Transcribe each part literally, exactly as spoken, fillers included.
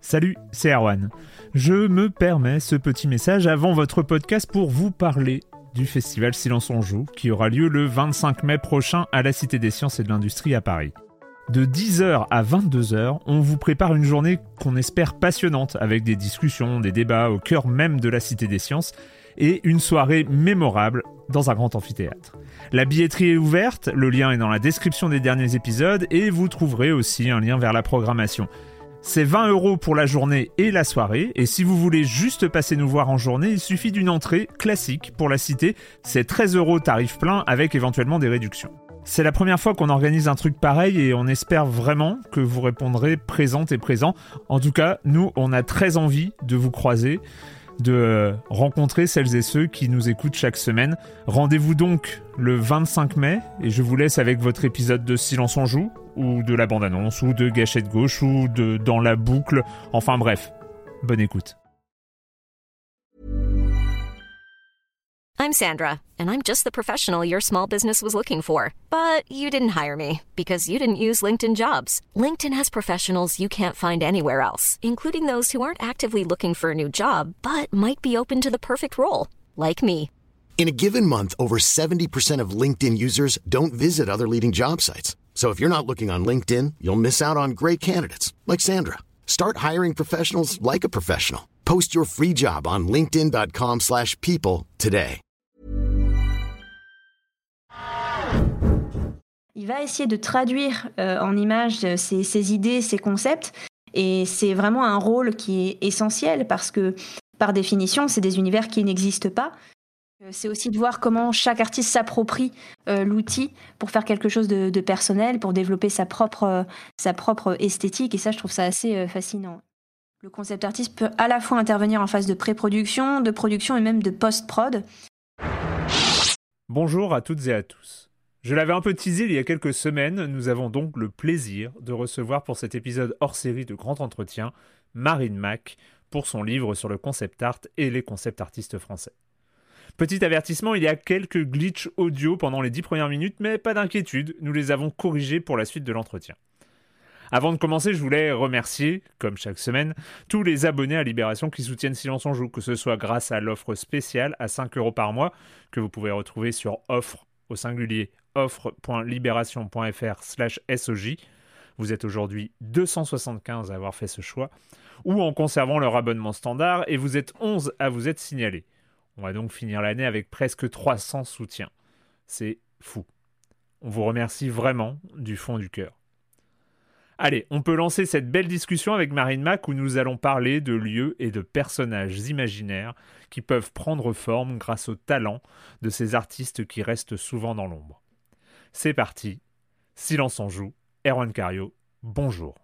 Salut, c'est Erwan. Je me permets ce petit message avant votre podcast pour vous parler du festival Silence on Joue qui aura lieu le vingt-cinq mai prochain à la Cité des Sciences et de l'Industrie à Paris. De dix heures à vingt-deux heures, on vous prépare une journée qu'on espère passionnante avec des discussions, des débats au cœur même de la Cité des Sciences et une soirée mémorable dans un grand amphithéâtre. La billetterie est ouverte, le lien est dans la description des derniers épisodes et vous trouverez aussi un lien vers la programmation. C'est vingt euros pour la journée et la soirée, et si vous voulez juste passer nous voir en journée, il suffit d'une entrée classique pour la cité, c'est treize euros tarif plein avec éventuellement des réductions. C'est la première fois qu'on organise un truc pareil et on espère vraiment que vous répondrez présente et présent. En tout cas, nous, on a très envie de vous croiser, de rencontrer celles et ceux qui nous écoutent chaque semaine. Rendez-vous donc le vingt-cinq mai et je vous laisse avec votre épisode de Silence on Joue, ou de la bande-annonce, ou de Gâchette Gauche, ou de Dans la boucle, enfin bref, bonne écoute. I'm Sandra, and I'm just the professional your small business was looking for. But you didn't hire me, because you didn't use LinkedIn Jobs. LinkedIn has professionals you can't find anywhere else, including those who aren't actively looking for a new job, but might be open to the perfect role, like me. In a given month, over seventy percent of LinkedIn users don't visit other leading job sites. So if you're not looking on LinkedIn, you'll miss out on great candidates like Sandra. Start hiring professionals like a professional. Post your free job on linkedin dot com slash people today. Il va essayer de traduire euh, en images ces, ces idées, ces concepts, et c'est vraiment un rôle qui est essentiel parce que, par définition, c'est des univers qui n'existent pas. C'est aussi de voir comment chaque artiste s'approprie euh, l'outil pour faire quelque chose de, de personnel, pour développer sa propre, euh, sa propre esthétique. Et ça, je trouve ça assez euh, fascinant. Le concept artiste peut à la fois intervenir en phase de pré-production, de production et même de post-prod. Bonjour à toutes et à tous. Je l'avais un peu teasé il y a quelques semaines, nous avons donc le plaisir de recevoir pour cet épisode hors-série de Grand Entretien, Marine Mac, pour son livre sur le concept art et les concept artistes français. Petit avertissement, il y a quelques glitches audio pendant les dix premières minutes, mais pas d'inquiétude, nous les avons corrigés pour la suite de l'entretien. Avant de commencer, je voulais remercier, comme chaque semaine, tous les abonnés à Libération qui soutiennent Silence on Joue, que ce soit grâce à l'offre spéciale à cinq euros par mois, que vous pouvez retrouver sur offre au singulier offre.libération.fr slash SOJ. Vous êtes aujourd'hui deux cent soixante-quinze à avoir fait ce choix, ou en conservant leur abonnement standard, et vous êtes onze à vous être signalés. On va donc finir l'année avec presque trois cents soutiens. C'est fou. On vous remercie vraiment du fond du cœur. Allez, on peut lancer cette belle discussion avec Marine Mac où nous allons parler de lieux et de personnages imaginaires qui peuvent prendre forme grâce au talent de ces artistes qui restent souvent dans l'ombre. C'est parti. Silence on Joue. Erwan Cario, bonjour.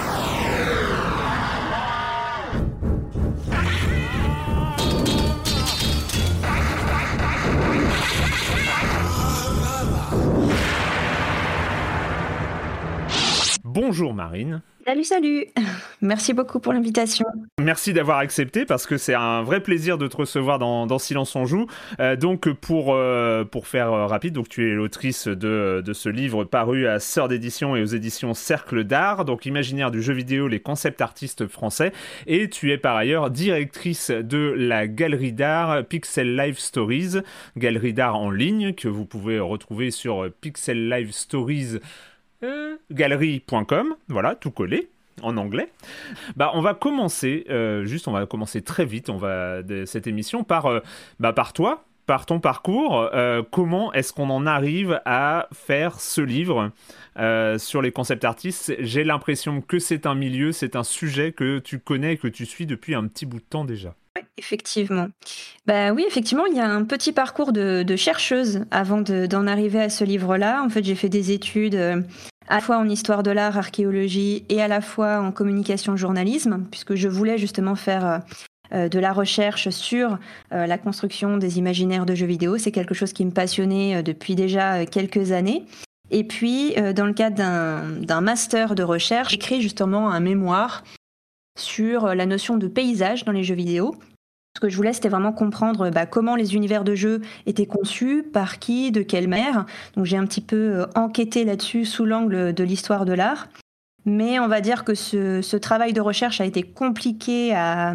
Bonjour Marine. Salut, salut. Merci beaucoup pour l'invitation. Merci d'avoir accepté parce que c'est un vrai plaisir de te recevoir dans, dans Silence on Joue. Euh, donc pour, euh, pour faire euh, rapide, donc tu es l'autrice de, de ce livre paru à Sœur d'édition et aux éditions Cercle d'Art, donc imaginaire du jeu vidéo, les concept artistes français. Et tu es par ailleurs directrice de la galerie d'art Pixel Live Stories, galerie d'art en ligne que vous pouvez retrouver sur Pixel Live Stories. Euh, galerie point com, voilà, tout collé en anglais. Bah, on va commencer, euh, juste, on va commencer très vite, on va de cette émission par, euh, bah, par toi, par ton parcours. Euh, comment est-ce qu'on en arrive à faire ce livre euh, sur les concept artistes ? J'ai l'impression que c'est un milieu, c'est un sujet que tu connais et que tu suis depuis un petit bout de temps déjà. Oui, effectivement. Bah oui, effectivement, il y a un petit parcours de, de chercheuse avant de, d'en arriver à ce livre-là. En fait, j'ai fait des études euh, à la fois en histoire de l'art, archéologie et à la fois en communication journalisme, puisque je voulais justement faire euh, de la recherche sur euh, la construction des imaginaires de jeux vidéo. C'est quelque chose qui me passionnait euh, depuis déjà quelques années. Et puis, euh, dans le cadre d'un, d'un master de recherche, j'ai écrit justement un mémoire sur la notion de paysage dans les jeux vidéo. Ce que je voulais, c'était vraiment comprendre bah, comment les univers de jeux étaient conçus, par qui, de quelle manière. Donc j'ai un petit peu enquêté là-dessus sous l'angle de l'histoire de l'art. Mais on va dire que ce, ce travail de recherche a été compliqué à,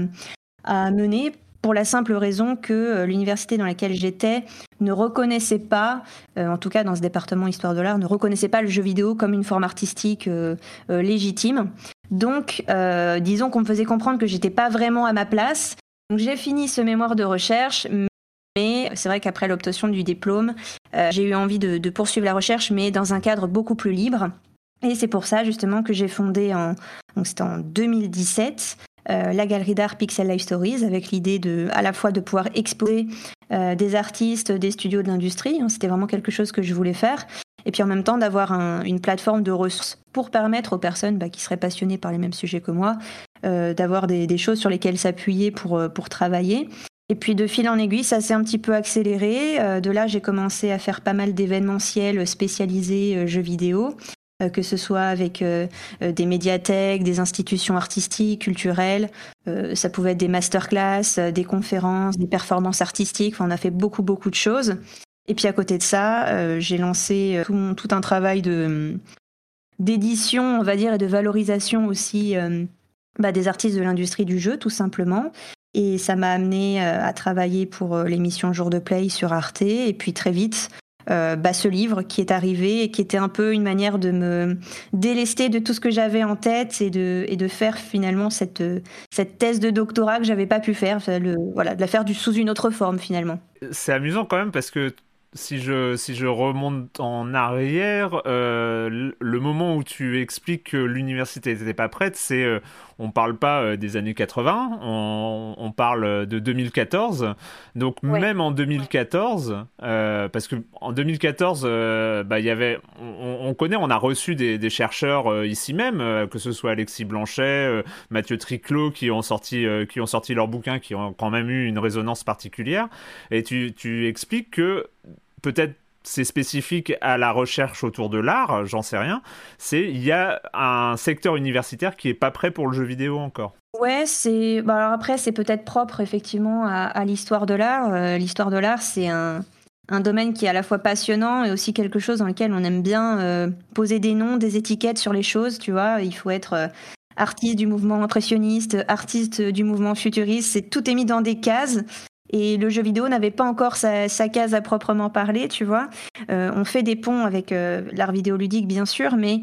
à mener pour la simple raison que l'université dans laquelle j'étais ne reconnaissait pas, euh, en tout cas dans ce département Histoire de l'art, ne reconnaissait pas le jeu vidéo comme une forme artistique euh, euh, légitime. Donc, euh, disons qu'on me faisait comprendre que j'étais pas vraiment à ma place. Donc, j'ai fini ce mémoire de recherche, mais c'est vrai qu'après l'obtention du diplôme, euh, j'ai eu envie de, de poursuivre la recherche, mais dans un cadre beaucoup plus libre. Et c'est pour ça justement que j'ai fondé, en, donc c'était en deux mille dix-sept, euh, la galerie d'art Pixel Life Stories, avec l'idée de, à la fois de pouvoir exposer euh, des artistes, des studios de l'industrie. Hein, c'était vraiment quelque chose que je voulais faire. Et puis en même temps d'avoir un, une plateforme de ressources pour permettre aux personnes bah, qui seraient passionnées par les mêmes sujets que moi, euh, d'avoir des, des choses sur lesquelles s'appuyer pour, pour travailler. Et puis de fil en aiguille, ça s'est un petit peu accéléré. Euh, de là, j'ai commencé à faire pas mal d'événementiels spécialisés euh, jeux vidéo. Euh, que ce soit avec euh, euh, des médiathèques, des institutions artistiques, culturelles. Euh, ça pouvait être des masterclass, euh, des conférences, des performances artistiques. Enfin, on a fait beaucoup, beaucoup de choses. Et puis à côté de ça, euh, j'ai lancé tout, tout un travail de, d'édition, on va dire, et de valorisation aussi euh, bah, des artistes de l'industrie du jeu, tout simplement. Et ça m'a amené euh, à travailler pour euh, l'émission Jour de Play sur Arte. Et puis très vite... Euh, bah, ce livre qui est arrivé et qui était un peu une manière de me délester de tout ce que j'avais en tête et de, et de faire finalement cette, cette thèse de doctorat que j'avais pas pu faire, le, voilà, de la faire du, sous une autre forme finalement. C'est amusant quand même parce que si je, si je remonte en arrière, euh, le moment où tu expliques que l'université n'était pas prête, c'est, euh, on parle pas euh, des années quatre-vingts, on, on parle de deux mille quatorze. Donc ouais. Même en deux mille quatorze, euh, parce que en deux mille quatorze, euh, bah, y avait, on, on connaît, on a reçu des, des chercheurs euh, ici même, euh, que ce soit Alexis Blanchet, euh, Mathieu Triclot, qui ont sorti, euh, qui ont sorti leurs bouquins, qui ont quand même eu une résonance particulière. Et tu, tu expliques que peut-être c'est spécifique à la recherche autour de l'art, j'en sais rien, c'est il y a un secteur universitaire qui est pas prêt pour le jeu vidéo encore. Ouais, c'est bah alors après c'est peut-être propre effectivement à, à l'histoire de l'art. Euh, l'histoire de l'art, c'est un un domaine qui est à la fois passionnant et aussi quelque chose dans lequel on aime bien euh, poser des noms, des étiquettes sur les choses, tu vois, il faut être euh, artiste du mouvement impressionniste, artiste du mouvement futuriste, c'est tout est mis dans des cases. Et le jeu vidéo n'avait pas encore sa, sa case à proprement parler, tu vois. Euh, on fait des ponts avec euh, l'art vidéoludique, bien sûr, mais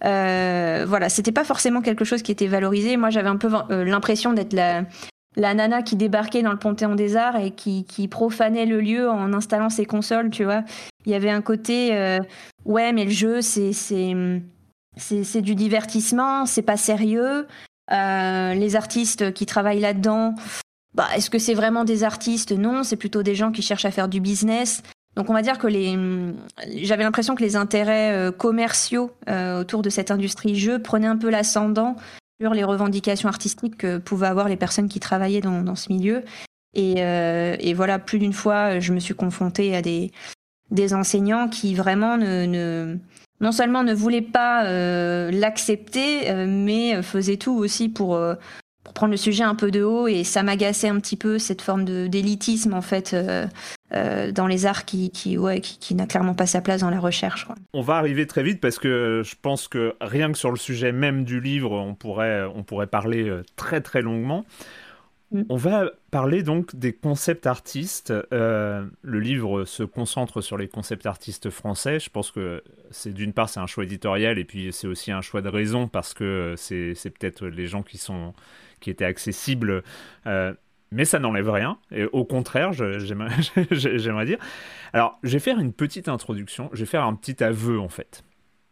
euh, voilà, c'était pas forcément quelque chose qui était valorisé. Moi, j'avais un peu euh, l'impression d'être la, la nana qui débarquait dans le Panthéon des Arts et qui, qui profanait le lieu en installant ses consoles, tu vois. Il y avait un côté, euh, ouais, mais le jeu, c'est, c'est, c'est, c'est du divertissement, c'est pas sérieux. Euh, les artistes qui travaillent là-dedans... Bah, est-ce que c'est vraiment des artistes ? Non, c'est plutôt des gens qui cherchent à faire du business. Donc on va dire que les, j'avais l'impression que les intérêts euh, commerciaux euh, autour de cette industrie jeu prenaient un peu l'ascendant sur les revendications artistiques que pouvaient avoir les personnes qui travaillaient dans, dans ce milieu. Et, euh, et voilà, plus d'une fois, je me suis confrontée à des, des enseignants qui vraiment ne, ne, non seulement ne voulaient pas euh, l'accepter, euh, mais faisaient tout aussi pour... Euh, pour prendre le sujet un peu de haut, et ça m'agaçait un petit peu cette forme de, d'élitisme en fait euh, euh, dans les arts qui, qui, ouais, qui, qui n'a clairement pas sa place dans la recherche, quoi. On va arriver très vite parce que je pense que rien que sur le sujet même du livre, on pourrait, on pourrait parler très très longuement. Mm. On va parler donc des concept artistes. Euh, le livre se concentre sur les concept artistes français. Je pense que c'est, d'une part c'est un choix éditorial et puis c'est aussi un choix de raison parce que c'est, c'est peut-être les gens qui sont qui étaient accessibles, euh, mais ça n'enlève rien, et au contraire, je, j'aimerais, j'aimerais dire. Alors, je vais faire une petite introduction, je vais faire un petit aveu, en fait.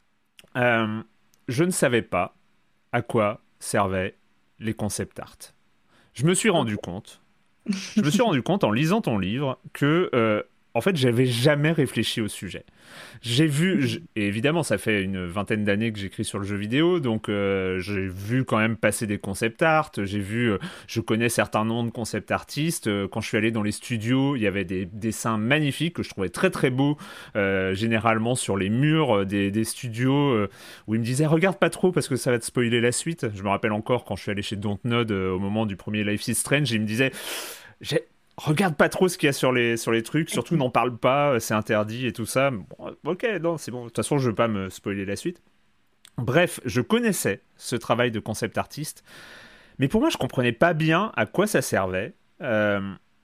Euh, je ne savais pas à quoi servaient les concept art. Je me suis rendu compte, je me suis rendu compte en lisant ton livre que, euh, en fait, j'avais jamais réfléchi au sujet. J'ai vu, j', et évidemment, ça fait une vingtaine d'années que j'écris sur le jeu vidéo, donc euh, j'ai vu quand même passer des concept art, j'ai vu, euh, je connais certains noms de concept artistes. Euh, quand je suis allé dans les studios, il y avait des dessins magnifiques que je trouvais très très beaux, euh, généralement sur les murs euh, des, des studios, euh, où ils me disaient « Regarde pas trop parce que ça va te spoiler la suite ». Je me rappelle encore quand je suis allé chez Dontnod euh, au moment du premier Life is Strange, ils me disaient « J'ai... regarde pas trop ce qu'il y a sur les, sur les trucs, surtout n'en parle pas, c'est interdit et tout ça. » Bon, ok, non, c'est bon, de toute façon, je veux pas me spoiler la suite. Bref, je connaissais ce travail de concept artiste, mais pour moi, je comprenais pas bien à quoi ça servait, euh,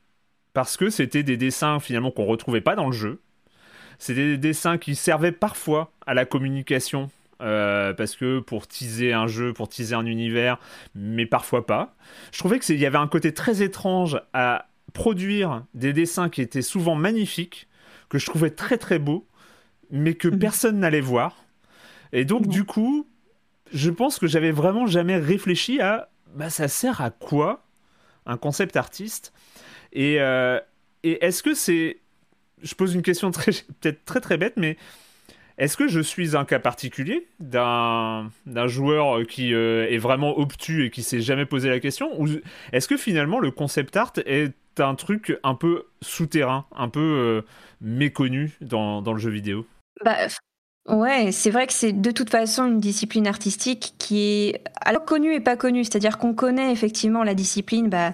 parce que c'était des dessins finalement qu'on retrouvait pas dans le jeu. C'était des dessins qui servaient parfois à la communication, euh, parce que pour teaser un jeu, pour teaser un univers, mais parfois pas. Je trouvais qu'il y avait un côté très étrange à produire des dessins qui étaient souvent magnifiques, que je trouvais très très beaux, mais que mmh. personne n'allait voir. Et donc, mmh. du coup, je pense que j'avais vraiment jamais réfléchi à bah, ça sert à quoi un concept artiste et, euh, et est-ce que c'est... Je pose une question très, peut-être très très bête, mais est-ce que je suis un cas particulier d'un, d'un joueur qui euh, est vraiment obtus et qui s'est jamais posé la question, ou est-ce que finalement le concept art est un truc un peu souterrain, un peu euh, méconnu dans, dans le jeu vidéo? Bah, ouais, c'est vrai que c'est de toute façon une discipline artistique qui est alors connue et pas connue, c'est-à-dire qu'on connaît effectivement la discipline, bah,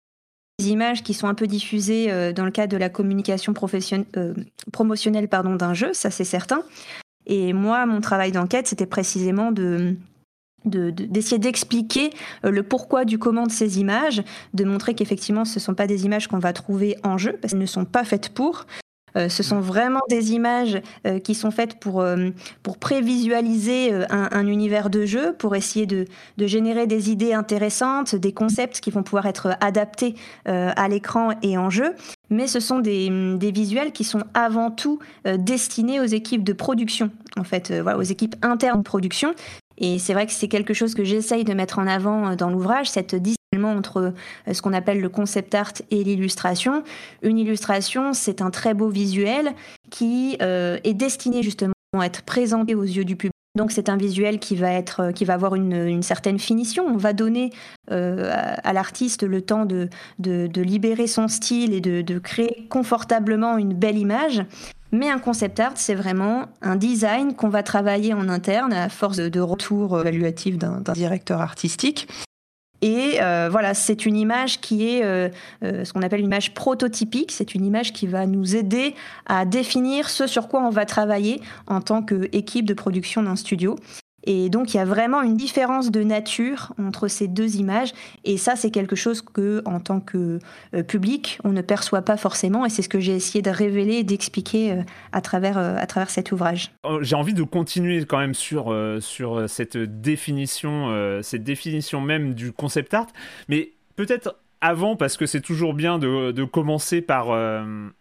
des images qui sont un peu diffusées euh, dans le cadre de la communication profession... euh, promotionnelle pardon, d'un jeu, ça c'est certain. Et moi, mon travail d'enquête, c'était précisément de... De, de, d'essayer d'expliquer euh, le pourquoi du comment de ces images, de montrer qu'effectivement ce ne sont pas des images qu'on va trouver en jeu, parce qu'elles ne sont pas faites pour. Euh, ce sont vraiment des images euh, qui sont faites pour, euh, pour prévisualiser euh, un, un univers de jeu, pour essayer de, de générer des idées intéressantes, des concepts qui vont pouvoir être adaptés euh, à l'écran et en jeu. Mais ce sont des, des visuels qui sont avant tout euh, destinés aux équipes de production, en fait, euh, voilà, aux équipes internes de production. Et c'est vrai que c'est quelque chose que j'essaye de mettre en avant dans l'ouvrage, cette distinction entre ce qu'on appelle le concept art et l'illustration. Une illustration, c'est un très beau visuel qui euh, est destiné justement à être présenté aux yeux du public. Donc c'est un visuel qui va, être, qui va avoir une, une certaine finition. On va donner euh, à, à l'artiste le temps de, de, de libérer son style et de, de créer confortablement une belle image. Mais un concept art, c'est vraiment un design qu'on va travailler en interne à force de, de retour évaluatif d'un, d'un directeur artistique. Et euh, voilà, c'est une image qui est euh, euh, ce qu'on appelle une image prototypique. C'est une image qui va nous aider à définir ce sur quoi on va travailler en tant qu'équipe de production d'un studio. Et donc, il y a vraiment une différence de nature entre ces deux images. Et ça, c'est quelque chose que, en tant que euh, public, on ne perçoit pas forcément. Et c'est ce que j'ai essayé de révéler et d'expliquer euh, à travers, euh, à travers cet ouvrage. J'ai envie de continuer quand même sur, euh, sur cette définition, euh, cette définition même du concept art. Mais peut-être avant, parce que c'est toujours bien de, de commencer par, euh,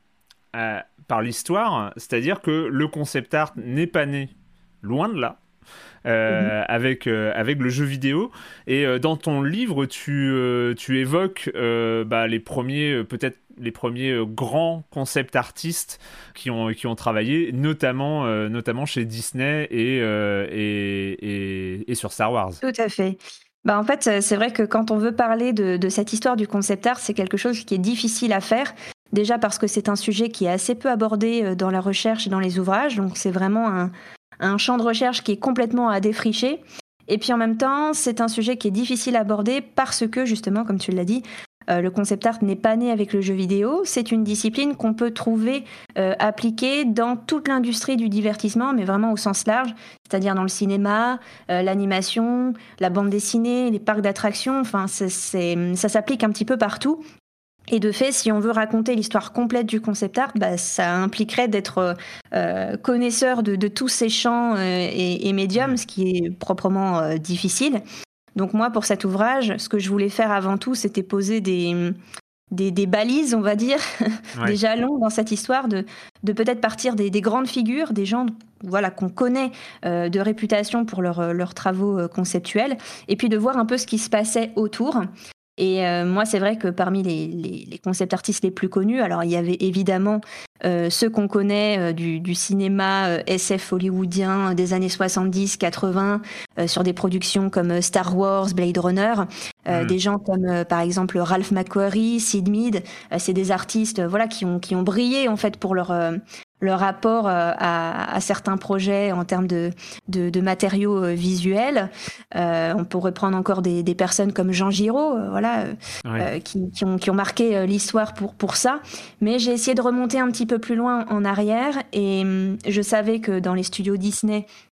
à, par l'histoire. C'est-à-dire que le concept art n'est pas né, loin de là. Euh, mmh. avec, euh, avec le jeu vidéo. Et euh, dans ton livre, tu, euh, tu évoques euh, bah, les premiers, euh, peut-être les premiers euh, grands concept artistes qui ont, qui ont travaillé, notamment, euh, notamment chez Disney et, euh, et, et, et sur Star Wars. Tout à fait. Bah, en fait, c'est vrai que quand on veut parler de, de cette histoire du concept art, c'est quelque chose qui est difficile à faire. Déjà parce que c'est un sujet qui est assez peu abordé dans la recherche et dans les ouvrages. Donc c'est vraiment un un champ de recherche qui est complètement à défricher. Et puis en même temps, c'est un sujet qui est difficile à aborder parce que, justement, comme tu l'as dit, euh, le concept art n'est pas né avec le jeu vidéo. C'est une discipline qu'on peut trouver euh, appliquée dans toute l'industrie du divertissement, mais vraiment au sens large, c'est-à-dire dans le cinéma, euh, l'animation, la bande dessinée, les parcs d'attractions. Enfin, c'est, c'est, ça s'applique un petit peu partout. Et de fait, si on veut raconter l'histoire complète du concept art, bah, ça impliquerait d'être euh, connaisseur de, de tous ces champs euh, et, et médiums, ce qui est proprement euh, difficile. Donc moi, pour cet ouvrage, ce que je voulais faire avant tout, c'était poser des, des, des balises, on va dire, ouais. des jalons dans cette histoire, de, de peut-être partir des, des grandes figures, des gens voilà, qu'on connaît euh, de réputation pour leur, leurs travaux euh, conceptuels, et puis de voir un peu ce qui se passait autour. Et euh, moi, c'est vrai que parmi les, les, les concept artistes les plus connus, alors il y avait évidemment euh, ceux qu'on connaît euh, du, du cinéma euh, S F hollywoodien des années soixante-dix quatre-vingts, euh, sur des productions comme Star Wars, Blade Runner, euh, mmh. des gens comme euh, par exemple Ralph McQuarrie, Sid Mead, euh, c'est des artistes euh, voilà, qui ont, qui ont brillé en fait pour leur... Euh, leur rapport euh, à, à certains projets en termes de, de, de matériaux euh, visuels. Euh, on pourrait prendre encore des, des personnes comme Jean Giraud, euh, voilà, ouais. euh, qui, qui, ont, qui ont marqué euh, l'histoire pour, pour ça. Mais j'ai essayé de remonter un petit peu plus loin en arrière et euh, je savais que dans les studios Disney,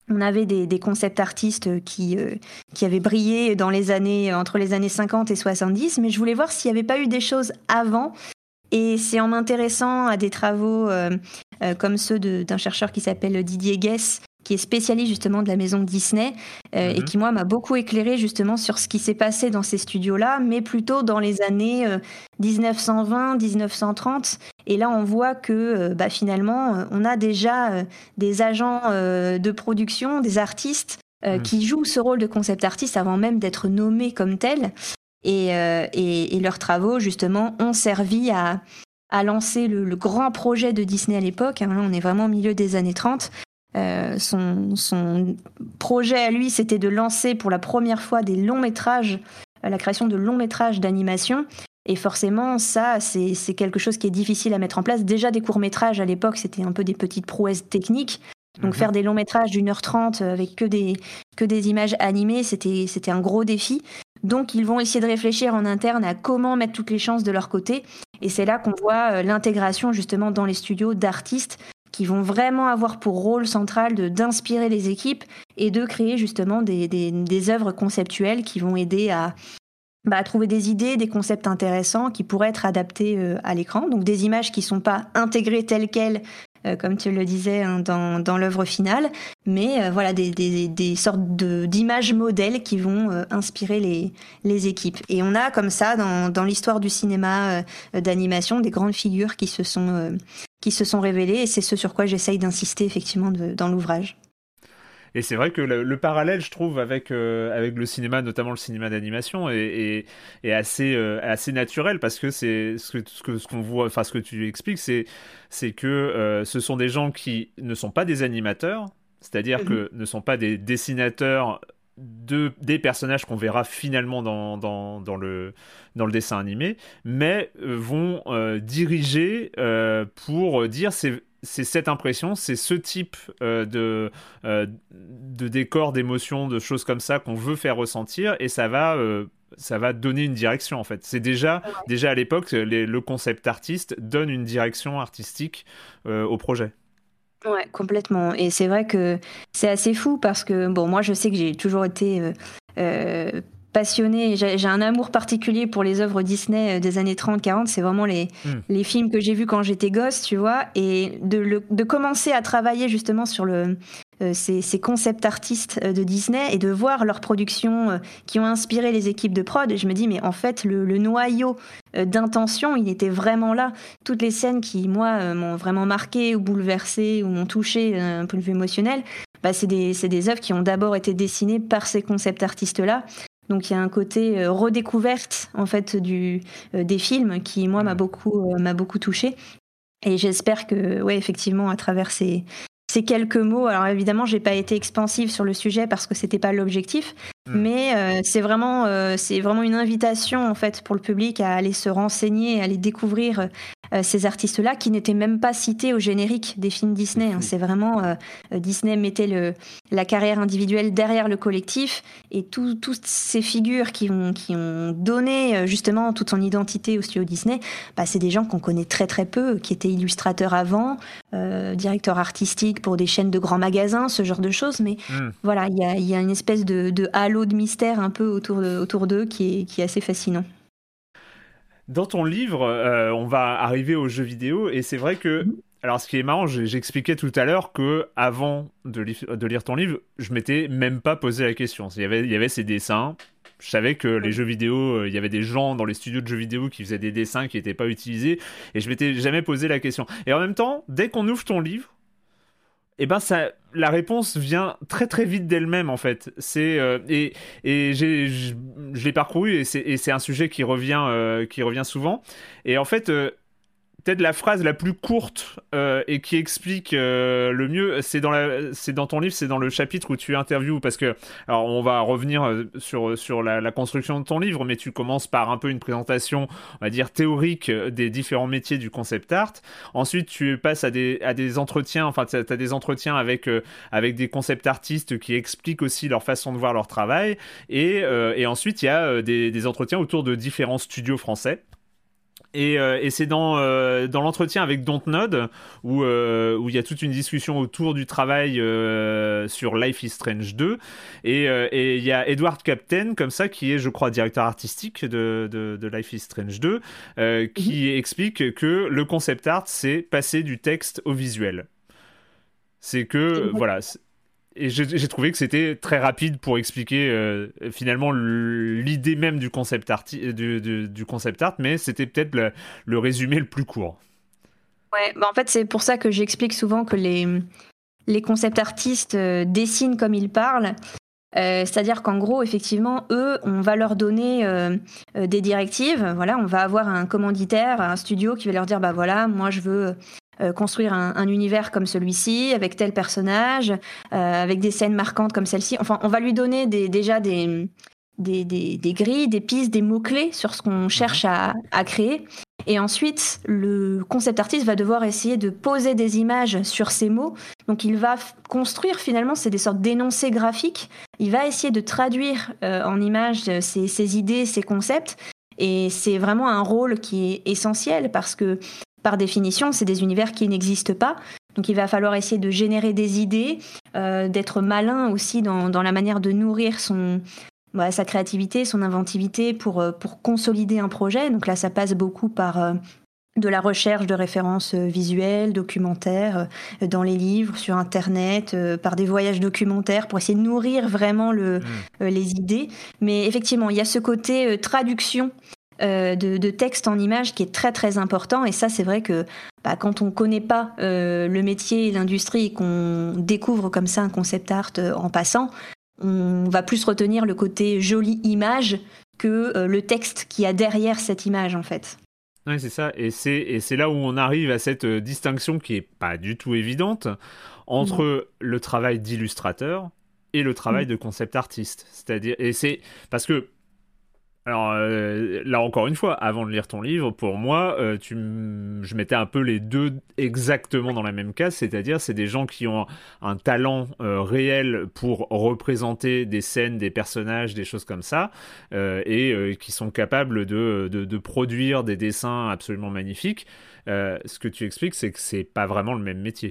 On avait des, des concept artistes qui, euh, qui avaient brillé dans les années, entre les années cinquante et soixante-dix, mais je voulais voir s'il n'y avait pas eu des choses avant. Et c'est en m'intéressant à des travaux euh, euh, comme ceux de, d'un chercheur qui s'appelle Didier Guess, qui est spécialiste justement de la maison Disney, euh, mmh. et qui, moi, m'a beaucoup éclairé justement sur ce qui s'est passé dans ces studios-là, mais plutôt dans les années euh, dix-neuf cent vingt, dix-neuf cent trente. Et là, on voit que euh, bah, finalement, euh, on a déjà euh, des agents euh, de production, des artistes euh, mmh. qui jouent ce rôle de concept artiste avant même d'être nommés comme tels. Et, euh, et, et leurs travaux, justement, ont servi à, à lancer le, le grand projet de Disney à l'époque. Hein, on est vraiment au milieu des années trente. Euh, son, son projet à lui, c'était de lancer pour la première fois des longs métrages, euh, la création de longs métrages d'animation. Et forcément, ça, c'est, c'est quelque chose qui est difficile à mettre en place. Déjà, des courts métrages à l'époque, c'était un peu des petites prouesses techniques. Donc, mmh. faire des longs métrages d'une heure trente avec que des, que des images animées, c'était, c'était un gros défi. Donc, ils vont essayer de réfléchir en interne à comment mettre toutes les chances de leur côté. Et c'est là qu'on voit euh, l'intégration, justement, dans les studios d'artistes qui vont vraiment avoir pour rôle central de, d'inspirer les équipes et de créer, justement, des, des, des œuvres conceptuelles qui vont aider à, bah, à trouver des idées, des concepts intéressants qui pourraient être adaptés euh, à l'écran. Donc, des images qui ne sont pas intégrées telles quelles, euh, comme tu le disais, hein, dans, dans l'œuvre finale, mais euh, voilà, des, des, des sortes de, d'images modèles qui vont euh, inspirer les, les équipes. Et on a comme ça, dans, dans l'histoire du cinéma euh, d'animation, des grandes figures qui se sont, euh, qui se sont révélées, et c'est ce sur quoi j'essaye d'insister effectivement de, dans l'ouvrage. Et c'est vrai que le, le parallèle, je trouve, avec, euh, avec le cinéma, notamment le cinéma d'animation, est, est, est assez, euh, assez naturel, parce que c'est ce que, ce que, ce qu'on voit, enfin ce que tu expliques, c'est, c'est que euh, ce sont des gens qui ne sont pas des animateurs, c'est-à-dire mmh. que ne sont pas des dessinateurs de, des personnages qu'on verra finalement dans, dans, dans, le, dans le dessin animé, mais euh, vont euh, diriger euh, pour dire c'est c'est cette impression, c'est ce type euh, de, euh, de décor, d'émotions, de choses comme ça qu'on veut faire ressentir, et ça va, euh, ça va donner une direction en fait. C'est déjà, ouais. déjà à l'époque, les, le concept artiste donne une direction artistique euh, au projet. Ouais, complètement. Et c'est vrai que c'est assez fou parce que, bon, moi je sais que j'ai toujours été euh, euh, passionnée, j'ai, j'ai un amour particulier pour les œuvres Disney des années trente quarante, c'est vraiment les, mmh. les films que j'ai vus quand j'étais gosse, tu vois, et de, le, de commencer à travailler justement sur le, euh, ces, ces concept artistes de Disney et de voir leurs productions euh, qui ont inspiré les équipes de prod, je me dis, mais en fait, le, le noyau euh, d'intention, il était vraiment là. Toutes les scènes qui, moi, euh, m'ont vraiment marqué ou bouleversé ou m'ont touché d'un point de vue émotionnel, bah, c'est des, c'est des œuvres qui ont d'abord été dessinées par ces concept artistes-là. Donc il y a un côté euh, redécouverte en fait du euh, des films qui moi m'a beaucoup euh, m'a beaucoup touchée, et j'espère que ouais effectivement à travers ces ces quelques mots, alors évidemment j'ai pas été expansive sur le sujet parce que c'était pas l'objectif, mmh. mais euh, c'est vraiment euh, c'est vraiment une invitation en fait pour le public à aller se renseigner, à aller découvrir euh, ces artistes-là qui n'étaient même pas cités au générique des films Disney. Hein. C'est vraiment euh, Disney mettait le la carrière individuelle derrière le collectif, et tout, toutes ces figures qui ont qui ont donné justement toute son identité au studio Disney, bah, c'est des gens qu'on connaît très très peu, qui étaient illustrateurs avant, euh, directeurs artistiques pour des chaînes de grands magasins, ce genre de choses, mais mmh. voilà, il y a, y a une espèce de, de halo de mystère un peu autour, de, autour d'eux qui est, qui est assez fascinant. Dans ton livre, euh, on va arriver aux jeux vidéo, et c'est vrai que, mmh. alors ce qui est marrant, j'expliquais tout à l'heure que avant de, li- de lire ton livre, je m'étais même pas posé la question. Il y avait, il y avait ces dessins. Je savais que les jeux vidéo, il y avait des gens dans les studios de jeux vidéo qui faisaient des dessins qui n'étaient pas utilisés, et je m'étais jamais posé la question. Et en même temps, dès qu'on ouvre ton livre, eh ben ça, la réponse vient très très vite d'elle-même en fait. C'est euh, et et j'ai je, je l'ai parcouru, et c'est et c'est un sujet qui revient euh, qui revient souvent. Et en fait, euh, peut-être la phrase la plus courte euh, et qui explique euh, le mieux, c'est dans la, c'est dans ton livre, c'est dans le chapitre où tu interviews, parce que, alors on va revenir euh, sur sur la, la construction de ton livre, mais tu commences par un peu une présentation, on va dire théorique des différents métiers du concept art. Ensuite, tu passes à des à des entretiens, enfin tu as des entretiens avec euh, avec des concept artistes qui expliquent aussi leur façon de voir leur travail, et euh, et ensuite il y a euh, des des entretiens autour de différents studios français. Et, euh, et c'est dans, euh, dans l'entretien avec Dontnod où euh, où il y a toute une discussion autour du travail euh, sur Life is Strange deux et euh, et il y a Edward Captain comme ça qui est je crois directeur artistique de de, de Life is Strange deux euh, qui mmh. explique que le concept art c'est passer du texte au visuel. C'est que mmh. voilà. C'est... Et j'ai, j'ai trouvé que c'était très rapide pour expliquer euh, finalement l'idée même du concept art, du, du, du concept art, mais c'était peut-être le, le résumé le plus court. Ouais, bah en fait c'est pour ça que j'explique souvent que les, les concept artistes euh, dessinent comme ils parlent. Euh, c'est-à-dire qu'en gros, effectivement, eux, on va leur donner euh, euh, des directives. Voilà, on va avoir un commanditaire, un studio qui va leur dire, bah voilà, moi je veux euh, construire un, un univers comme celui-ci, avec tel personnage, euh, avec des scènes marquantes comme celle-ci. Enfin, on va lui donner des, déjà des, des, des, des grilles, des pistes, des mots-clés sur ce qu'on cherche à, à créer. Et ensuite, le concept artiste va devoir essayer de poser des images sur ces mots. Donc, il va f- construire, finalement, c'est des sortes d'énoncés graphiques. Il va essayer de traduire euh, en images ces, ces idées, ces concepts. Et c'est vraiment un rôle qui est essentiel parce que, par définition, c'est des univers qui n'existent pas. Donc, il va falloir essayer de générer des idées, euh, d'être malin aussi dans, dans la manière de nourrir son... Ouais, sa créativité, son inventivité pour, pour consolider un projet. Donc là, ça passe beaucoup par euh, de la recherche de références visuelles, documentaires, euh, dans les livres, sur Internet, euh, par des voyages documentaires pour essayer de nourrir vraiment le, mmh. euh, les idées. Mais effectivement, il y a ce côté euh, traduction euh, de, de texte en images qui est très, très important. Et ça, c'est vrai que bah, quand on ne connaît pas euh, le métier et l'industrie et qu'on découvre comme ça un concept art euh, en passant, on va plus retenir le côté jolie image que euh, le texte qu'il y a derrière cette image, en fait. Oui, c'est ça. Et c'est, et c'est là où on arrive à cette euh, distinction qui n'est pas du tout évidente entre mmh. le travail d'illustrateur et le travail mmh. de concept artiste. C'est-à-dire, et c'est parce que, alors euh, là encore une fois, avant de lire ton livre, pour moi, euh, tu m... je mettais un peu les deux exactement dans la même case, c'est-à-dire c'est des gens qui ont un talent euh, réel pour représenter des scènes, des personnages, des choses comme ça, euh, et euh, qui sont capables de, de, de produire des dessins absolument magnifiques. Euh, ce que tu expliques, c'est que c'est pas vraiment le même métier.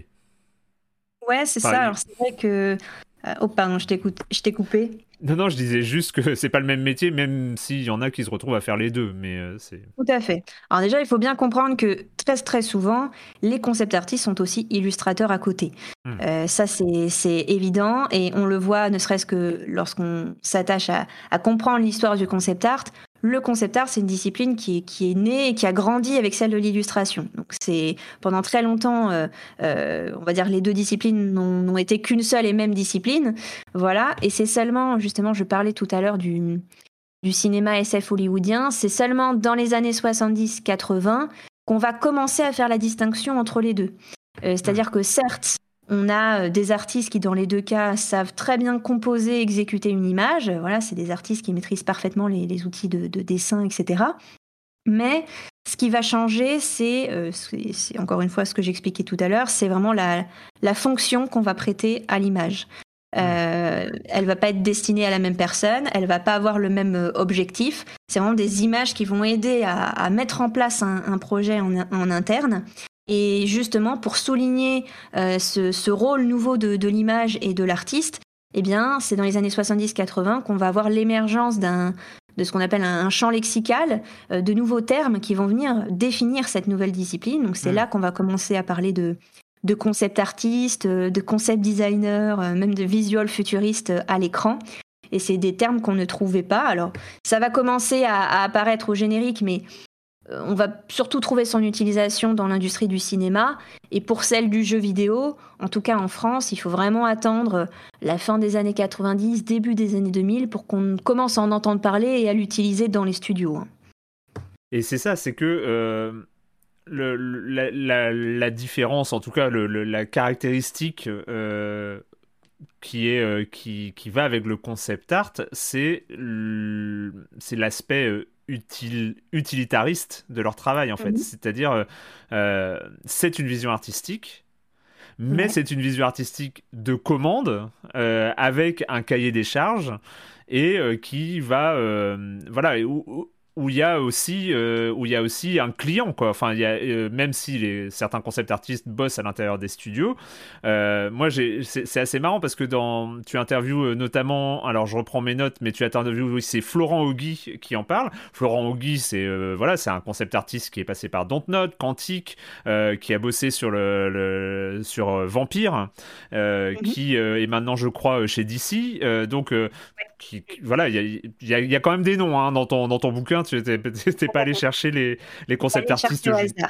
Ouais, c'est enfin, ça. Alors c'est vrai que euh, oh pardon, je, je t'ai coupé. Non, non, je disais juste que c'est pas le même métier, même s'il y en a qui se retrouvent à faire les deux, mais euh, c'est... Tout à fait. Alors déjà, il faut bien comprendre que très très souvent, les concept artistes sont aussi illustrateurs à côté. Mmh. Euh, ça, c'est, c'est évident, et on le voit ne serait-ce que lorsqu'on s'attache à, à comprendre l'histoire du concept art. Le concept art, c'est une discipline qui est, qui est née et qui a grandi avec celle de l'illustration. Donc, c'est pendant très longtemps, euh, euh, on va dire, les deux disciplines n'ont, n'ont été qu'une seule et même discipline. Voilà. Et c'est seulement, justement, je parlais tout à l'heure du, du cinéma S F hollywoodien, c'est seulement dans les années soixante-dix quatre-vingts qu'on va commencer à faire la distinction entre les deux. Euh, c'est-à-dire que certes, on a des artistes qui, dans les deux cas, savent très bien composer, exécuter une image. Voilà, c'est des artistes qui maîtrisent parfaitement les, les outils de, de dessin, et cetera. Mais ce qui va changer, c'est, euh, c'est, c'est encore une fois ce que j'expliquais tout à l'heure, c'est vraiment la, la fonction qu'on va prêter à l'image. Euh, elle va pas être destinée à la même personne, elle va pas avoir le même objectif. C'est vraiment des images qui vont aider à, à mettre en place un, un projet en, en interne. Et justement, pour souligner euh, ce, ce rôle nouveau de, de l'image et de l'artiste, eh bien, c'est dans les années soixante-dix quatre-vingts qu'on va avoir l'émergence d'un, de ce qu'on appelle un, un champ lexical, euh, de nouveaux termes qui vont venir définir cette nouvelle discipline. Donc, c'est mmh. là qu'on va commencer à parler de, de concept artiste, de concept designer, euh, même de visual futuriste à l'écran. Et c'est des termes qu'on ne trouvait pas. Alors, ça va commencer à, à apparaître au générique, mais on va surtout trouver son utilisation dans l'industrie du cinéma. Et pour celle du jeu vidéo, en tout cas en France, il faut vraiment attendre la fin des années quatre-vingt-dix, début des années deux mille pour qu'on commence à en entendre parler et à l'utiliser dans les studios. Et c'est ça, c'est que euh, le, la, la, la différence, en tout cas le, le, la caractéristique euh, qui, est, euh, qui, qui va avec le concept art, c'est, le, c'est l'aspect... Euh, Util, utilitariste de leur travail en fait, mmh. c'est-à-dire euh, c'est une vision artistique, mais ouais. c'est une vision artistique de commande euh, avec un cahier des charges et euh, qui va euh, voilà où, où, où il y a aussi euh, où il y a aussi un client, quoi. Enfin, il y a euh, même si les certains concept artistes bossent à l'intérieur des studios, euh, moi j'ai c'est, c'est assez marrant parce que dans tu interviews notamment, alors je reprends mes notes, mais tu interviews oui, c'est Florent Auguy qui en parle. Florent Auguy, c'est euh, voilà, c'est un concept artiste qui est passé par Dontnod, Quantique, euh, qui a bossé sur le, le sur euh, Vampire, euh, mm-hmm. qui euh, est maintenant je crois chez D C, euh, donc euh, qui, qui, voilà, il y a, y, a, y a quand même des noms hein, dans ton dans ton bouquin. Tu n'étais pas allé chercher les, les concept artistes.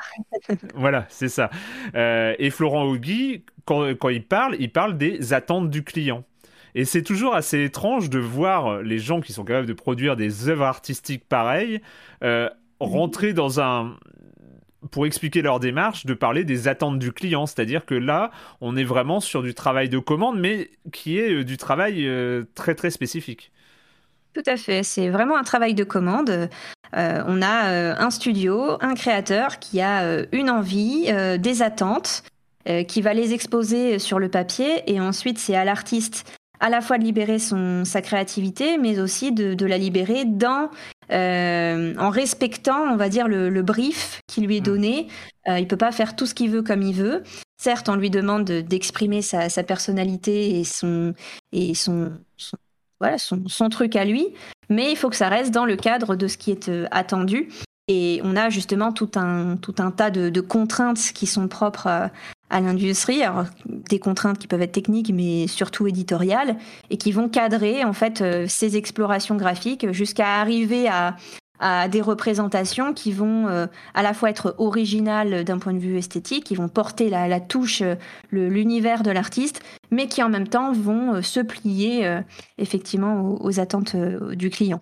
Voilà, c'est ça. Euh, et Florent Auguy, quand, quand il parle, il parle des attentes du client. Et c'est toujours assez étrange de voir les gens qui sont capables de produire des œuvres artistiques pareilles euh, rentrer dans un... pour expliquer leur démarche, de parler des attentes du client. C'est-à-dire que là, on est vraiment sur du travail de commande, mais qui est du travail euh, très très spécifique. Tout à fait, c'est vraiment un travail de commande. Euh, on a euh, un studio, un créateur qui a euh, une envie, euh, des attentes, euh, qui va les exposer sur le papier, et ensuite c'est à l'artiste à la fois de libérer son, sa créativité, mais aussi de, de la libérer dans, euh, en respectant, on va dire, le, le brief qui lui est donné. Euh, il ne peut pas faire tout ce qu'il veut comme il veut. Certes, on lui demande de, d'exprimer sa, sa personnalité et son... Et son, son Voilà, son, son truc à lui, mais il faut que ça reste dans le cadre de ce qui est euh, attendu. Et on a justement tout un, tout un tas de, de contraintes qui sont propres à, à l'industrie, alors, des contraintes qui peuvent être techniques, mais surtout éditoriales, et qui vont cadrer en fait euh, ces explorations graphiques jusqu'à arriver à, à des représentations qui vont euh, à la fois être originales d'un point de vue esthétique, qui vont porter la, la touche, le, l'univers de l'artiste, mais qui en même temps vont euh, se plier euh, effectivement aux, aux attentes euh, du client.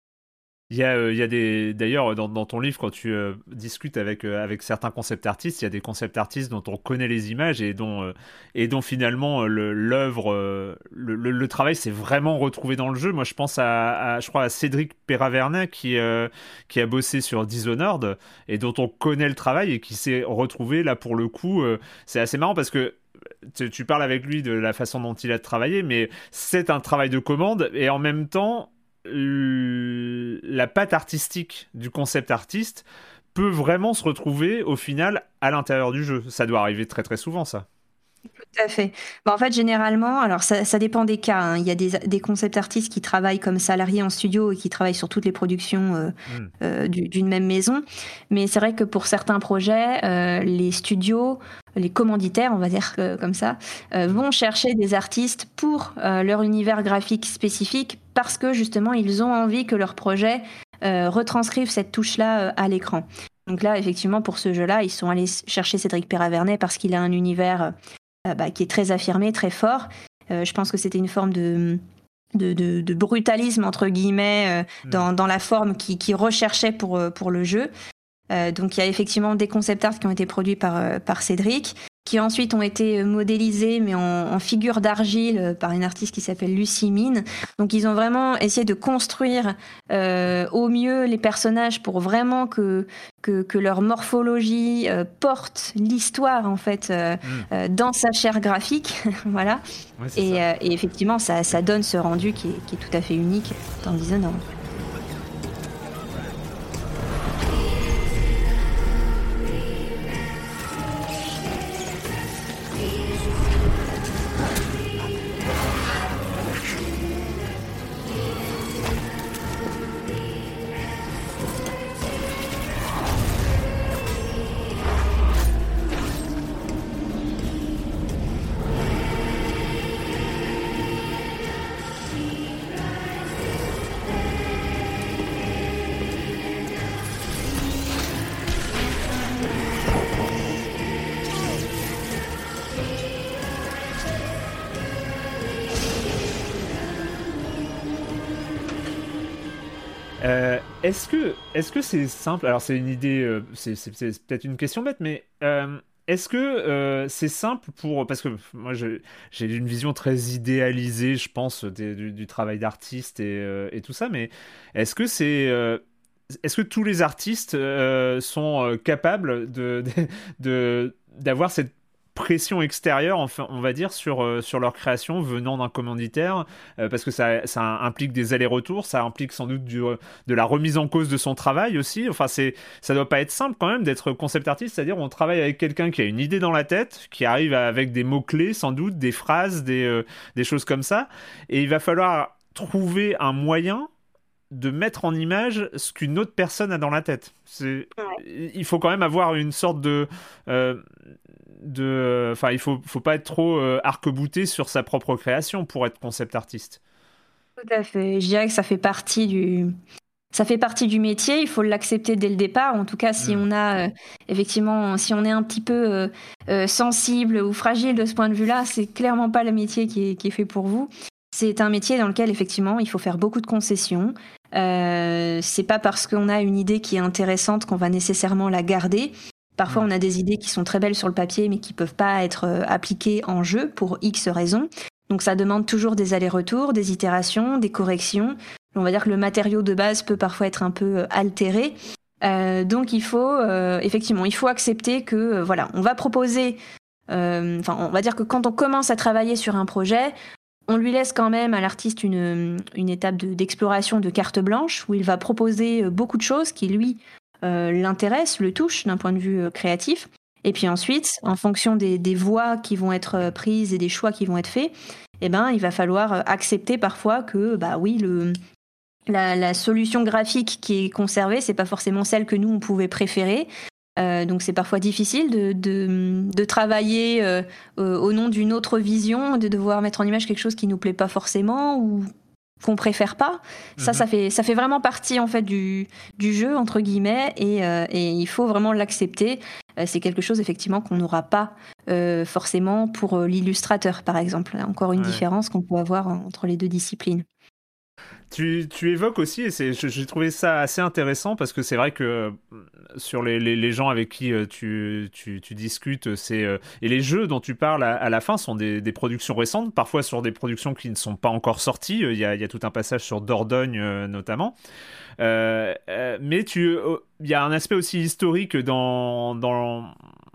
Il y a, euh, il y a des, d'ailleurs, dans, dans ton livre, quand tu euh, discutes avec, euh, avec certains concept artistes, il y a des concept artistes dont on connaît les images et dont, euh, et dont finalement le, l'œuvre, euh, le, le, le travail s'est vraiment retrouvé dans le jeu. Moi, je pense à, à je crois, à Cédric Perravernet qui, euh, qui a bossé sur Dishonored et dont on connaît le travail et qui s'est retrouvé là pour le coup. Euh, c'est assez marrant parce que tu, tu parles avec lui de la façon dont il a travaillé, mais c'est un travail de commande et en même temps, la patte artistique du concept artiste peut vraiment se retrouver au final à l'intérieur du jeu. Ça doit arriver très très souvent, ça. Tout à fait. Bon, en fait, généralement, alors ça, ça dépend des cas. Hein. Il y a des, des concept artistes qui travaillent comme salariés en studio et qui travaillent sur toutes les productions euh, mm. euh, du, d'une même maison. Mais c'est vrai que pour certains projets, euh, les studios, les commanditaires, on va dire euh, comme ça, euh, vont chercher des artistes pour euh, leur univers graphique spécifique parce que justement, ils ont envie que leur projet euh, retranscrive cette touche-là euh, à l'écran. Donc là, effectivement, pour ce jeu-là, ils sont allés chercher Cédric Perravernet parce qu'il a un univers euh, bah, qui est très affirmé, très fort. Euh, je pense que c'était une forme de, de, de, de brutalisme, entre guillemets, euh, dans, dans la forme qu'il qui recherchait pour, pour le jeu. Euh, donc il y a effectivement des concept art qui ont été produits par, euh, par Cédric, qui ensuite ont été modélisés, mais en, en figure d'argile, euh, par une artiste qui s'appelle Lucie Mine. Donc ils ont vraiment essayé de construire euh, au mieux les personnages pour vraiment que, que, que leur morphologie euh, porte l'histoire, en fait, euh, mmh. euh, dans sa chair graphique. Voilà. Ouais, et, euh, et effectivement, ça, ça donne ce rendu qui est, qui est tout à fait unique dans Dishonored. Euh, est-ce que est-ce que c'est simple? Alors c'est une idée, euh, c'est, c'est, c'est peut-être une question bête, mais euh, est-ce que euh, c'est simple pour... Parce que moi je, j'ai une vision très idéalisée, je pense, des, du, du travail d'artiste et, euh, et tout ça, mais est-ce que c'est... Euh, est-ce que tous les artistes euh, sont euh, capables de, de, de, d'avoir cette pression extérieure, enfin, on va dire, sur, euh, sur leur création venant d'un commanditaire, euh, parce que ça, ça implique des allers-retours, ça implique sans doute du, de la remise en cause de son travail aussi. Enfin, c'est, ça doit pas être simple quand même d'être concept artiste, c'est-à-dire on travaille avec quelqu'un qui a une idée dans la tête, qui arrive avec des mots-clés sans doute, des phrases, des, euh, des choses comme ça, et il va falloir trouver un moyen de mettre en image ce qu'une autre personne a dans la tête. C'est... Ouais. Il faut quand même avoir une sorte de... Euh, de enfin, il faut, faut pas être trop euh, arc-bouté sur sa propre création pour être concept artiste. Tout à fait. Je dirais que ça fait partie du... Ça fait partie du métier, il faut l'accepter dès le départ. En tout cas, si mmh. on a euh, effectivement, si on est un petit peu euh, euh, sensible ou fragile de ce point de vue-là, c'est clairement pas le métier qui est, qui est fait pour vous. C'est un métier dans lequel effectivement, il faut faire beaucoup de concessions. Euh, c'est pas parce qu'on a une idée qui est intéressante qu'on va nécessairement la garder. Parfois, on a des idées qui sont très belles sur le papier, mais qui peuvent pas être euh, appliquées en jeu pour X raisons. Donc, ça demande toujours des allers-retours, des itérations, des corrections. On va dire que le matériau de base peut parfois être un peu euh, altéré. Euh, donc, il faut euh, effectivement, il faut accepter que euh, voilà, on va proposer. Enfin, euh, on va dire que quand on commence à travailler sur un projet, on lui laisse quand même à l'artiste une, une étape de, d'exploration de carte blanche où il va proposer beaucoup de choses qui, lui, euh, l'intéressent, le touchent d'un point de vue euh, créatif. Et puis ensuite, en fonction des, des voies qui vont être prises et des choix qui vont être faits, eh ben, il va falloir accepter parfois que, bah oui, le, la, la solution graphique qui est conservée, c'est pas forcément celle que nous, on pouvait préférer. Euh, donc c'est parfois difficile de, de, de travailler euh, euh, au nom d'une autre vision, de devoir mettre en image quelque chose qui nous plaît pas forcément ou qu'on préfère pas. Mm-hmm. Ça, ça fait, ça fait vraiment partie en fait du, du jeu entre guillemets et, euh, et il faut vraiment l'accepter. Euh, c'est quelque chose effectivement qu'on n'aura pas euh, forcément pour l'illustrateur par exemple. Encore une ouais. différence qu'on peut avoir entre les deux disciplines. Tu, tu évoques aussi, et c'est, j'ai trouvé ça assez intéressant parce que c'est vrai que sur les, les, les gens avec qui tu, tu, tu discutes, c'est, et les jeux dont tu parles à, à la fin sont des, des productions récentes, parfois sur des productions qui ne sont pas encore sorties. Il y a, il y a tout un passage sur Dordogne notamment. Euh, euh, mais tu, il y a un aspect aussi historique dans... dans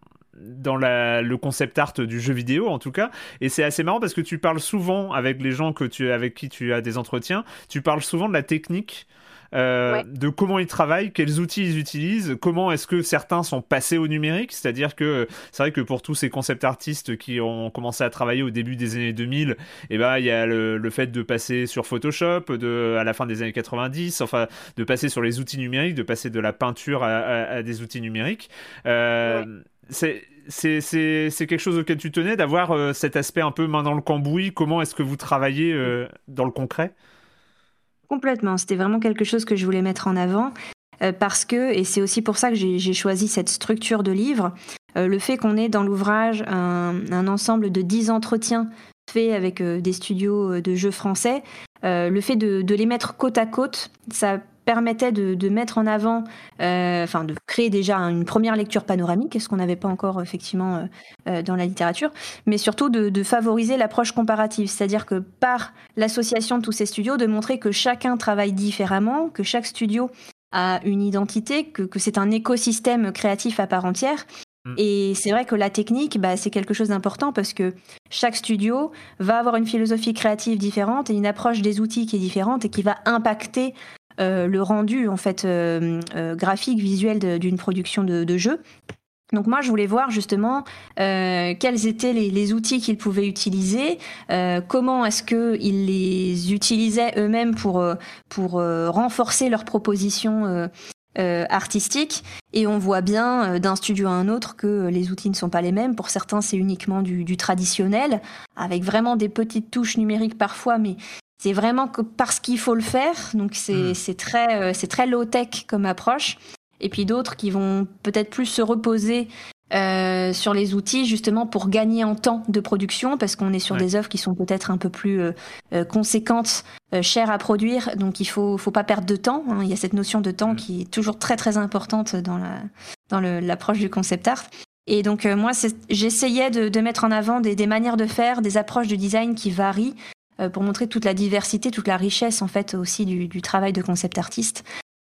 dans la, le concept art du jeu vidéo en tout cas, et c'est assez marrant parce que tu parles souvent avec les gens que tu, avec qui tu as des entretiens, tu parles souvent de la technique, euh, ouais. de comment ils travaillent, quels outils ils utilisent, comment est-ce que certains sont passés au numérique, c'est-à-dire que c'est vrai que pour tous ces concept artistes qui ont commencé à travailler au début des années deux mille, et eh ben il y a le, le fait de passer sur Photoshop de, à la fin des années quatre-vingt-dix, enfin de passer sur les outils numériques, de passer de la peinture à, à, à des outils numériques. Euh, ouais. C'est, c'est, c'est, c'est quelque chose auquel tu tenais, d'avoir euh, cet aspect un peu main dans le cambouis. Comment est-ce que vous travaillez euh, dans le concret ? Complètement, c'était vraiment quelque chose que je voulais mettre en avant euh, parce que, et c'est aussi pour ça que j'ai, j'ai choisi cette structure de livre, euh, le fait qu'on ait dans l'ouvrage un, un ensemble de dix entretiens faits avec euh, des studios de jeux français, euh, le fait de, de les mettre côte à côte, ça permettait de, de mettre en avant, euh, enfin de créer déjà une première lecture panoramique, ce qu'on n'avait pas encore effectivement euh, dans la littérature, mais surtout de, de favoriser l'approche comparative, c'est-à-dire que par l'association de tous ces studios, de montrer que chacun travaille différemment, que chaque studio a une identité, que, que c'est un écosystème créatif à part entière. Mmh. Et c'est vrai que la technique, bah, c'est quelque chose d'important parce que chaque studio va avoir une philosophie créative différente et une approche des outils qui est différente et qui va impacter Euh, le rendu en fait euh, euh, graphique, visuel de, d'une production de, de jeu. Donc moi, je voulais voir justement euh, quels étaient les, les outils qu'ils pouvaient utiliser, euh, comment est-ce qu'ils les utilisaient eux-mêmes pour, pour euh, renforcer leurs propositions euh, euh, artistiques. Et on voit bien euh, d'un studio à un autre que les outils ne sont pas les mêmes. Pour certains, c'est uniquement du, du traditionnel, avec vraiment des petites touches numériques parfois, mais c'est vraiment que parce qu'il faut le faire, donc c'est, mmh. c'est très, euh, c'est très low-tech comme approche. Et puis d'autres qui vont peut-être plus se reposer euh, sur les outils justement pour gagner en temps de production, parce qu'on est sur ouais. des œuvres qui sont peut-être un peu plus euh, euh, conséquentes, euh, chères à produire, donc il faut, faut pas perdre de temps. Hein. Il y a cette notion de temps mmh. qui est toujours très très importante dans, la, dans le, l'approche du concept art. Et donc euh, moi, c'est, j'essayais de, de mettre en avant des, des manières de faire, des approches de design qui varient, pour montrer toute la diversité, toute la richesse en fait aussi du, du travail de concept artiste.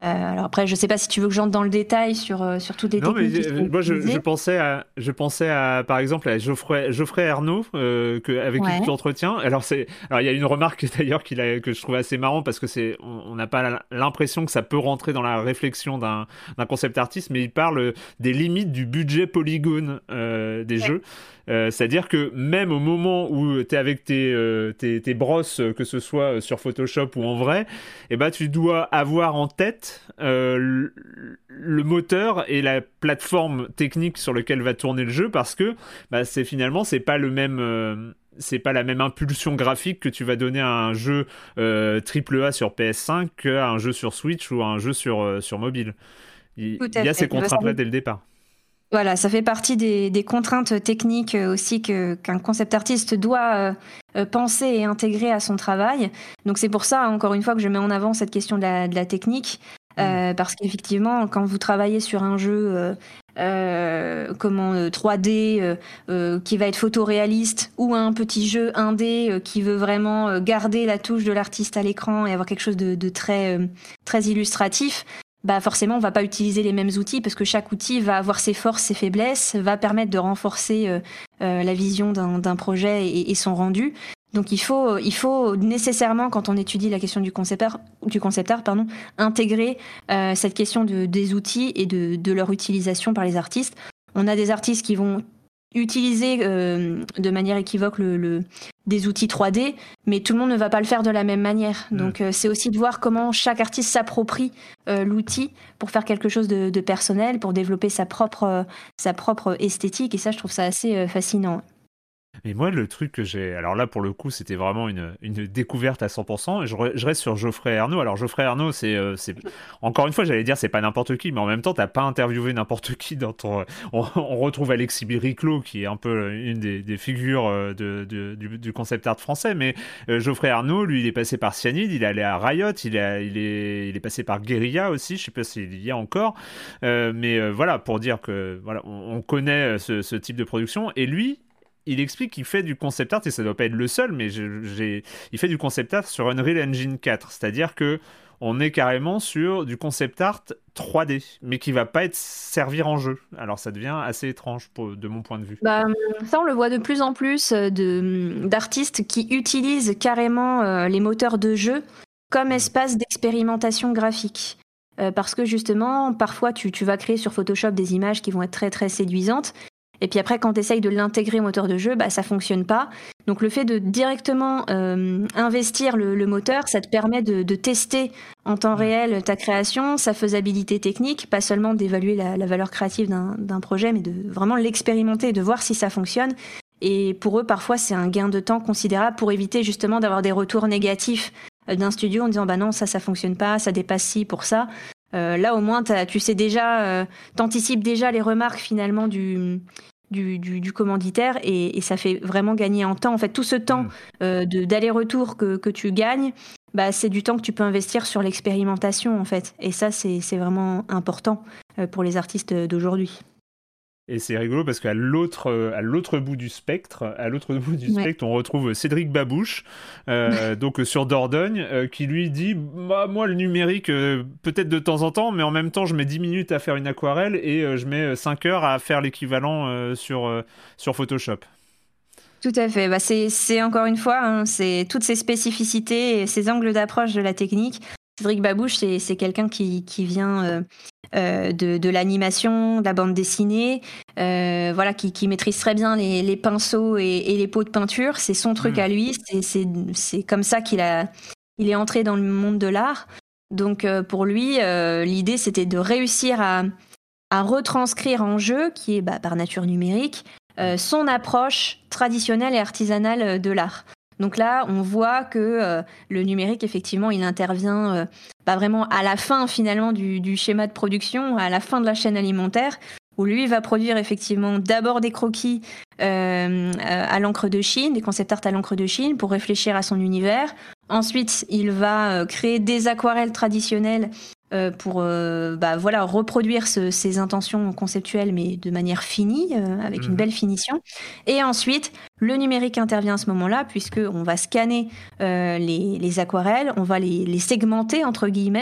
Euh, alors après, je sais pas si tu veux que j'entre dans le détail sur, euh, sur toutes les non, techniques. Non, mais moi, je, je, pensais à, je pensais à, par exemple, à Geoffrey, Geoffrey Arnaud, euh, que, avec ouais. qui tu t'entretiens. Alors, c'est, alors, il y a une remarque d'ailleurs qu'il a, que je trouve assez marrant parce que c'est, on n'a pas l'impression que ça peut rentrer dans la réflexion d'un, d'un concept artiste, mais il parle des limites du budget polygone euh, des ouais. jeux. Euh, c'est-à-dire que même au moment où tu es avec tes, euh, tes, tes brosses, que ce soit sur Photoshop ou en vrai, eh ben, tu dois avoir en tête euh, le, le moteur et la plateforme technique sur laquelle va tourner le jeu, parce que bah, c'est, finalement, c'est pas le même... Euh, c'est pas la même impulsion graphique que tu vas donner à un jeu euh, triple A sur P S cinq qu'à un jeu sur Switch ou à un jeu sur, euh, sur mobile. Il, il y a fait. ces contraintes-là dès le départ. Voilà, ça fait partie des, des contraintes techniques aussi que, qu'un concept artiste doit euh, penser et intégrer à son travail. Donc c'est pour ça, encore une fois, que je mets en avant cette question de la, de la technique. Euh, mmh. Parce qu'effectivement, quand vous travaillez sur un jeu euh, euh, comment, euh, trois D euh, euh, qui va être photoréaliste, ou un petit jeu indé euh, qui veut vraiment euh, garder la touche de l'artiste à l'écran et avoir quelque chose de, de très, euh, très illustratif, bah forcément on va pas utiliser les mêmes outils parce que chaque outil va avoir ses forces, ses faiblesses, va permettre de renforcer euh, euh, la vision d'un, d'un projet et, et son rendu. Donc il faut, il faut nécessairement, quand on étudie la question du concept art, du concept art pardon, intégrer euh, cette question de, des outils et de, de leur utilisation par les artistes. On a des artistes qui vont utiliser euh, de manière équivoque le, le, des outils trois D, mais tout le monde ne va pas le faire de la même manière. Mmh. Donc euh, c'est aussi de voir comment chaque artiste s'approprie euh, l'outil pour faire quelque chose de, de personnel, pour développer sa propre, euh, sa propre esthétique, et ça je trouve ça assez euh, fascinant. Mais moi, le truc que j'ai... Alors là, pour le coup, c'était vraiment une, une découverte à cent pour cent. Je, re... je reste sur Geoffrey Arnaud. Alors, Geoffrey Arnaud, c'est, euh, c'est... Encore une fois, j'allais dire, c'est pas n'importe qui, mais en même temps, t'as pas interviewé n'importe qui dans ton... On, on retrouve Alexis Biriclot, qui est un peu une des, des figures de, de, du, du concept art français, mais euh, Geoffrey Arnaud, lui, il est passé par Cyanide, il est allé à Riot, il, a, il, est, il est passé par Guerilla aussi, je sais pas s'il y a encore, euh, mais euh, voilà, pour dire que voilà, on, on connaît ce, ce type de production, et lui, il explique qu'il fait du concept art, et ça doit pas être le seul, mais j'ai, j'ai... il fait du concept art sur Unreal Engine quatre, c'est-à-dire que on est carrément sur du concept art trois D, mais qui va pas être servir en jeu. Alors ça devient assez étrange pour, de mon point de vue. Bah, ça, on le voit de plus en plus de, d'artistes qui utilisent carrément euh, les moteurs de jeu comme espace d'expérimentation graphique. Euh, parce que justement, parfois, tu, tu vas créer sur Photoshop des images qui vont être très très séduisantes. Et puis après, quand tu essayes de l'intégrer au moteur de jeu, bah, ça fonctionne pas. Donc le fait de directement euh, investir le, le moteur, ça te permet de, de tester en temps réel ta création, sa faisabilité technique, pas seulement d'évaluer la, la valeur créative d'un, d'un projet, mais de vraiment l'expérimenter et de voir si ça fonctionne. Et pour eux, parfois, c'est un gain de temps considérable pour éviter justement d'avoir des retours négatifs d'un studio en disant « bah non, ça, ça fonctionne pas, ça dépasse ci pour ça ». Euh, là, au moins, tu sais déjà, euh, t'anticipes déjà les remarques finalement du... Du, du, du commanditaire et, et ça fait vraiment gagner en temps. En fait, tout ce temps euh, de, d'aller-retour que, que tu gagnes, bah, c'est du temps que tu peux investir sur l'expérimentation, en fait. Et ça, c'est, c'est vraiment important euh, pour les artistes d'aujourd'hui. Et c'est rigolo parce qu'à l'autre, à l'autre bout du spectre, à l'autre bout du ouais. spectre, on retrouve Cédric Babouche, euh, donc sur Dordogne, euh, qui lui dit bah, moi le numérique euh, peut-être de temps en temps, mais en même temps je mets dix minutes à faire une aquarelle et euh, je mets cinq heures à faire l'équivalent euh, sur euh, sur Photoshop. Tout à fait. Bah, c'est c'est encore une fois, hein, c'est toutes ces spécificités et ces angles d'approche de la technique. Cédric Babouche, c'est c'est quelqu'un qui qui vient euh, Euh, de, de l'animation, de la bande dessinée, euh, voilà, qui, qui maîtrise très bien les, les pinceaux et, et les pots de peinture. C'est son truc mmh. à lui. C'est, c'est, c'est comme ça qu'il a, il est entré dans le monde de l'art. Donc euh, pour lui, euh, l'idée c'était de réussir à, à retranscrire en jeu, qui est bah, par nature numérique, euh, son approche traditionnelle et artisanale de l'art. Donc là, on voit que euh, le numérique, effectivement, il intervient euh, pas vraiment à la fin, finalement, du, du schéma de production, à la fin de la chaîne alimentaire, où lui va produire, effectivement, d'abord des croquis euh, à l'encre de Chine, des concept art à l'encre de Chine, pour réfléchir à son univers. Ensuite, il va euh, créer des aquarelles traditionnelles euh, pour euh, bah, voilà, reproduire ce, ces intentions conceptuelles, mais de manière finie, euh, avec mmh. une belle finition. Et ensuite, le numérique intervient à ce moment-là, puisqu'on va scanner euh, les, les aquarelles, on va les, les segmenter, entre guillemets,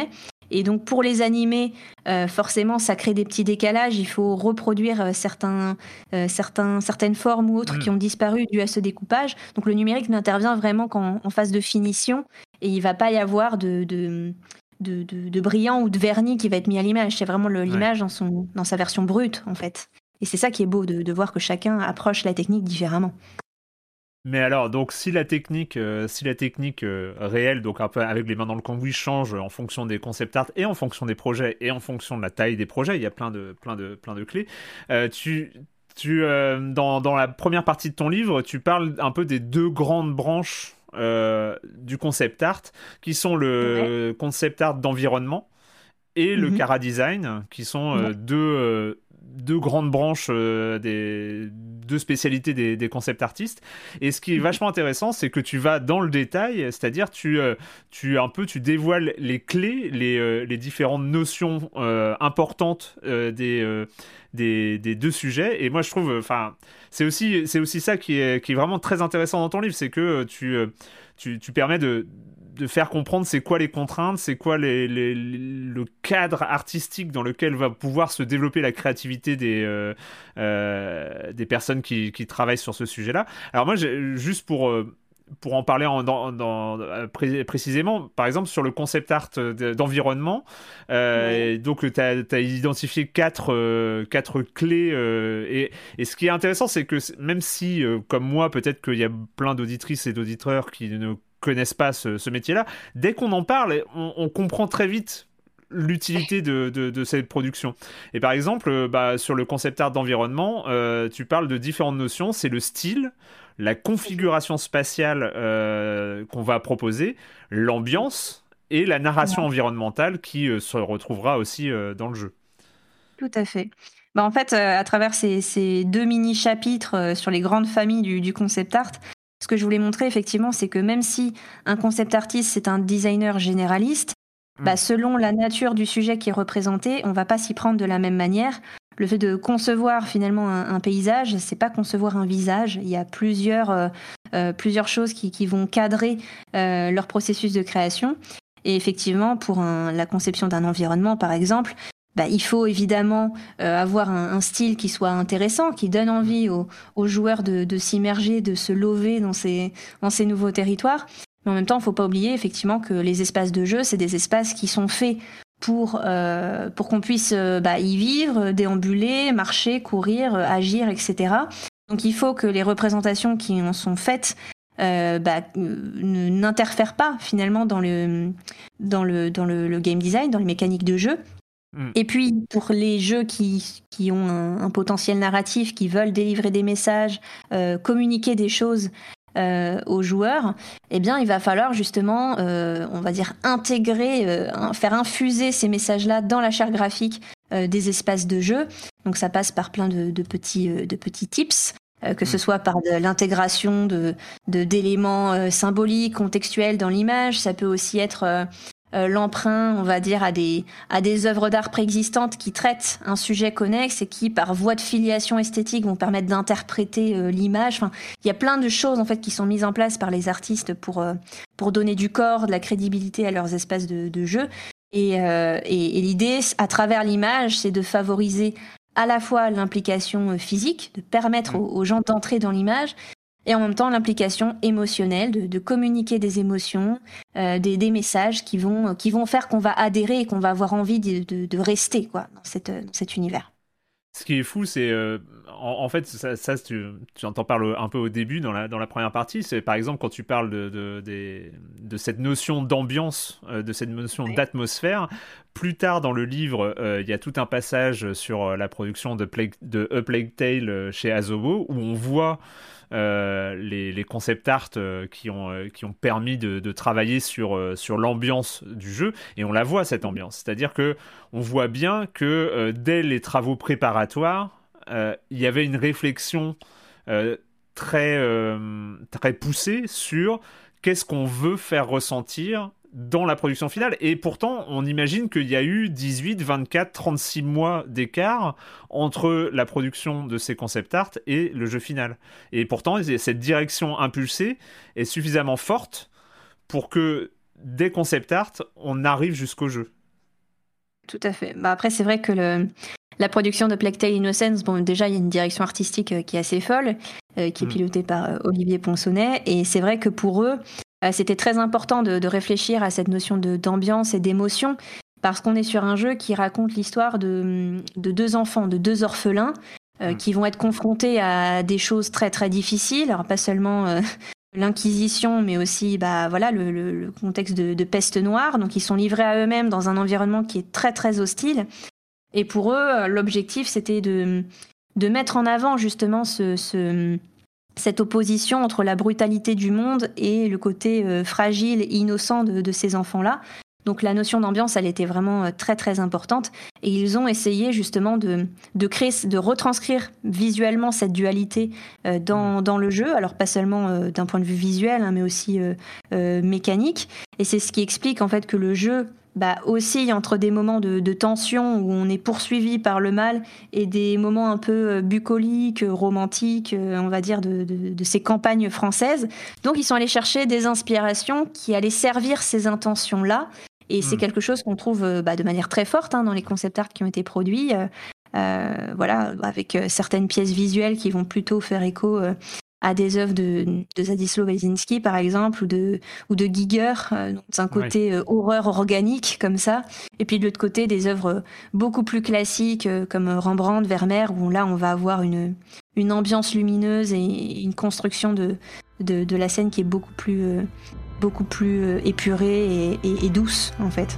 Et donc pour les animer, euh, forcément ça crée des petits décalages, il faut reproduire euh, certains, euh, certains, certaines formes ou autres mmh. qui ont disparu dû à ce découpage. Donc le numérique n'intervient vraiment qu'en en phase de finition et il ne va pas y avoir de, de, de, de, de brillant ou de vernis qui va être mis à l'image. C'est vraiment le, l'image ouais. dans, son, dans sa version brute en fait. Et c'est ça qui est beau, de, de voir que chacun approche la technique différemment. Mais alors, donc, si la technique, euh, si la technique euh, réelle, donc un peu avec les mains dans le cambouis, change en fonction des concept art et en fonction des projets et en fonction de la taille des projets, il y a plein de, plein de, plein de clés. Euh, tu, tu, euh, dans, dans la première partie de ton livre, tu parles un peu des deux grandes branches euh, du concept art, qui sont le ouais. concept art d'environnement et mm-hmm. le Cara Design, qui sont euh, ouais. deux euh, deux grandes branches euh, des deux spécialités des, des concept artistes. Et ce qui est vachement intéressant, c'est que tu vas dans le détail, c'est-à-dire tu euh, tu un peu tu dévoiles les clés, les euh, les différentes notions euh, importantes euh, des euh, des des deux sujets. Et moi je trouve, enfin c'est aussi c'est aussi ça qui est qui est vraiment très intéressant dans ton livre, c'est que tu tu tu permets de de faire comprendre c'est quoi les contraintes, c'est quoi les, les, les, le cadre artistique dans lequel va pouvoir se développer la créativité des, euh, euh, des personnes qui, qui travaillent sur ce sujet-là. Alors moi, j'ai, juste pour, euh, pour en parler en, dans, dans, pré- précisément, par exemple sur le concept art d'environnement, euh, ouais. donc tu as identifié quatre, euh, quatre clés, euh, et, et ce qui est intéressant, c'est que même si, euh, comme moi, peut-être qu'il y a plein d'auditrices et d'auditeurs qui ne connaissent pas ce, ce métier-là, dès qu'on en parle, on, on comprend très vite l'utilité de, de, de cette production. Et par exemple, bah, sur le concept art d'environnement, euh, tu parles de différentes notions, c'est le style, la configuration spatiale euh, qu'on va proposer, l'ambiance et la narration ouais. environnementale qui euh, se retrouvera aussi euh, dans le jeu. Tout à fait. Bah, en fait, euh, à travers ces, ces deux mini-chapitres euh, sur les grandes familles du, du concept art, ce que je voulais montrer, effectivement, c'est que même si un concept artiste, c'est un designer généraliste, mmh. bah, selon la nature du sujet qui est représenté, on ne va pas s'y prendre de la même manière. Le fait de concevoir finalement un, un paysage, c'est pas concevoir un visage. Il y a plusieurs, euh, euh, plusieurs choses qui, qui vont cadrer euh, leur processus de création. Et effectivement, pour un, la conception d'un environnement, par exemple, bah, il faut évidemment euh, avoir un, un style qui soit intéressant, qui donne envie aux, aux joueurs de, de s'immerger, de se lover dans ces, dans ces nouveaux territoires. Mais en même temps, il ne faut pas oublier effectivement que les espaces de jeu, c'est des espaces qui sont faits pour, euh, pour qu'on puisse euh, bah, y vivre, déambuler, marcher, courir, euh, agir, et cetera. Donc il faut que les représentations qui en sont faites euh, bah, ne, n'interfèrent pas finalement dans, le, dans, le, dans le, le game design, dans les mécaniques de jeu. Mmh. Et puis, pour les jeux qui, qui ont un, un potentiel narratif, qui veulent délivrer des messages, euh, communiquer des choses euh, aux joueurs, eh bien, il va falloir justement, euh, on va dire, intégrer, euh, faire infuser ces messages-là dans la charte graphique euh, des espaces de jeu. Donc, ça passe par plein de, de, petits, euh, de petits tips. Euh, que ce soit par de l'intégration de, de, d'éléments euh, symboliques, contextuels dans l'image. Ça peut aussi être euh, euh, l'emprunt, on va dire, à des, à des œuvres d'art préexistantes qui traitent un sujet connexe et qui, par voie de filiation esthétique, vont permettre d'interpréter euh, l'image. Enfin, il y a plein de choses en fait qui sont mises en place par les artistes pour, euh, pour donner du corps, de la crédibilité à leurs espaces de, de jeu. Et, euh, et, et l'idée, à travers l'image, c'est de favoriser à la fois l'implication physique, de permettre aux, aux gens d'entrer dans l'image, et en même temps l'implication émotionnelle, de, de communiquer des émotions, euh, des, des messages qui vont, qui vont faire qu'on va adhérer et qu'on va avoir envie de, de, de rester quoi, dans, cette, dans cet univers. Ce qui est fou, c'est euh, en, en fait, ça, ça tu, tu en parles un peu au début, dans la, dans la première partie, c'est par exemple quand tu parles de, de, de, de cette notion d'ambiance, euh, de cette notion ouais. d'atmosphère. Plus tard dans le livre, euh, il y a tout un passage sur la production de, Plague, de A Plague Tale chez Asobo, où on voit euh, les, les concept art euh, qui, ont, euh, qui ont permis de, de travailler sur, euh, sur l'ambiance du jeu, et on la voit cette ambiance. C'est-à-dire que on voit bien que euh, dès les travaux préparatoires, euh, il y avait une réflexion euh, très, euh, très poussée sur qu'est-ce qu'on veut faire ressentir dans la production finale. Et pourtant, on imagine qu'il y a eu dix-huit, vingt-quatre, trente-six mois d'écart entre la production de ces concept art et le jeu final. Et pourtant, cette direction impulsée est suffisamment forte pour que, des concept art, on arrive jusqu'au jeu. tout à fait. Bah après, c'est vrai que le, la production de Plague Tale Innocence, bon, déjà, il y a une direction artistique euh, qui est assez folle, euh, qui est Mm. pilotée par euh, Olivier Ponsonnet. Et c'est vrai que pour eux, euh, c'était très important de, de réfléchir à cette notion de, d'ambiance et d'émotion, parce qu'on est sur un jeu qui raconte l'histoire de, de deux enfants, de deux orphelins, euh, Mm. qui vont être confrontés à des choses très très difficiles. Alors pas seulement euh, l'Inquisition, mais aussi bah, voilà, le, le, le contexte de, de peste noire. Donc ils sont livrés à eux-mêmes dans un environnement qui est très très hostile. Et pour eux, l'objectif, c'était de, de mettre en avant justement ce, ce, cette opposition entre la brutalité du monde et le côté euh, fragile et innocent de, de ces enfants-là. Donc la notion d'ambiance, elle était vraiment euh, très très importante. Et ils ont essayé justement de, de créer, de retranscrire visuellement cette dualité euh, dans, dans le jeu. Alors pas seulement euh, d'un point de vue visuel, hein, mais aussi euh, euh, mécanique. Et c'est ce qui explique en fait que le jeu bah, oscille entre des moments de, de tension où on est poursuivi par le mal et des moments un peu bucoliques, romantiques, on va dire, de, de, de ces campagnes françaises. Donc ils sont allés chercher des inspirations qui allaient servir ces intentions-là. Et c'est Mm. quelque chose qu'on trouve bah, de manière très forte hein, dans les concept art qui ont été produits. Euh, euh, voilà, avec euh, certaines pièces visuelles qui vont plutôt faire écho euh, à des œuvres de, de Zadisław Wajcinski, par exemple, ou de, ou de Giger, euh, dans un côté euh, horreur organique, comme ça. Et puis de l'autre côté, des œuvres beaucoup plus classiques, euh, comme Rembrandt, Vermeer, où là, on va avoir une, une ambiance lumineuse et une construction de, de, de la scène qui est beaucoup plus, euh, beaucoup plus euh, épurée et, et, et douce, en fait.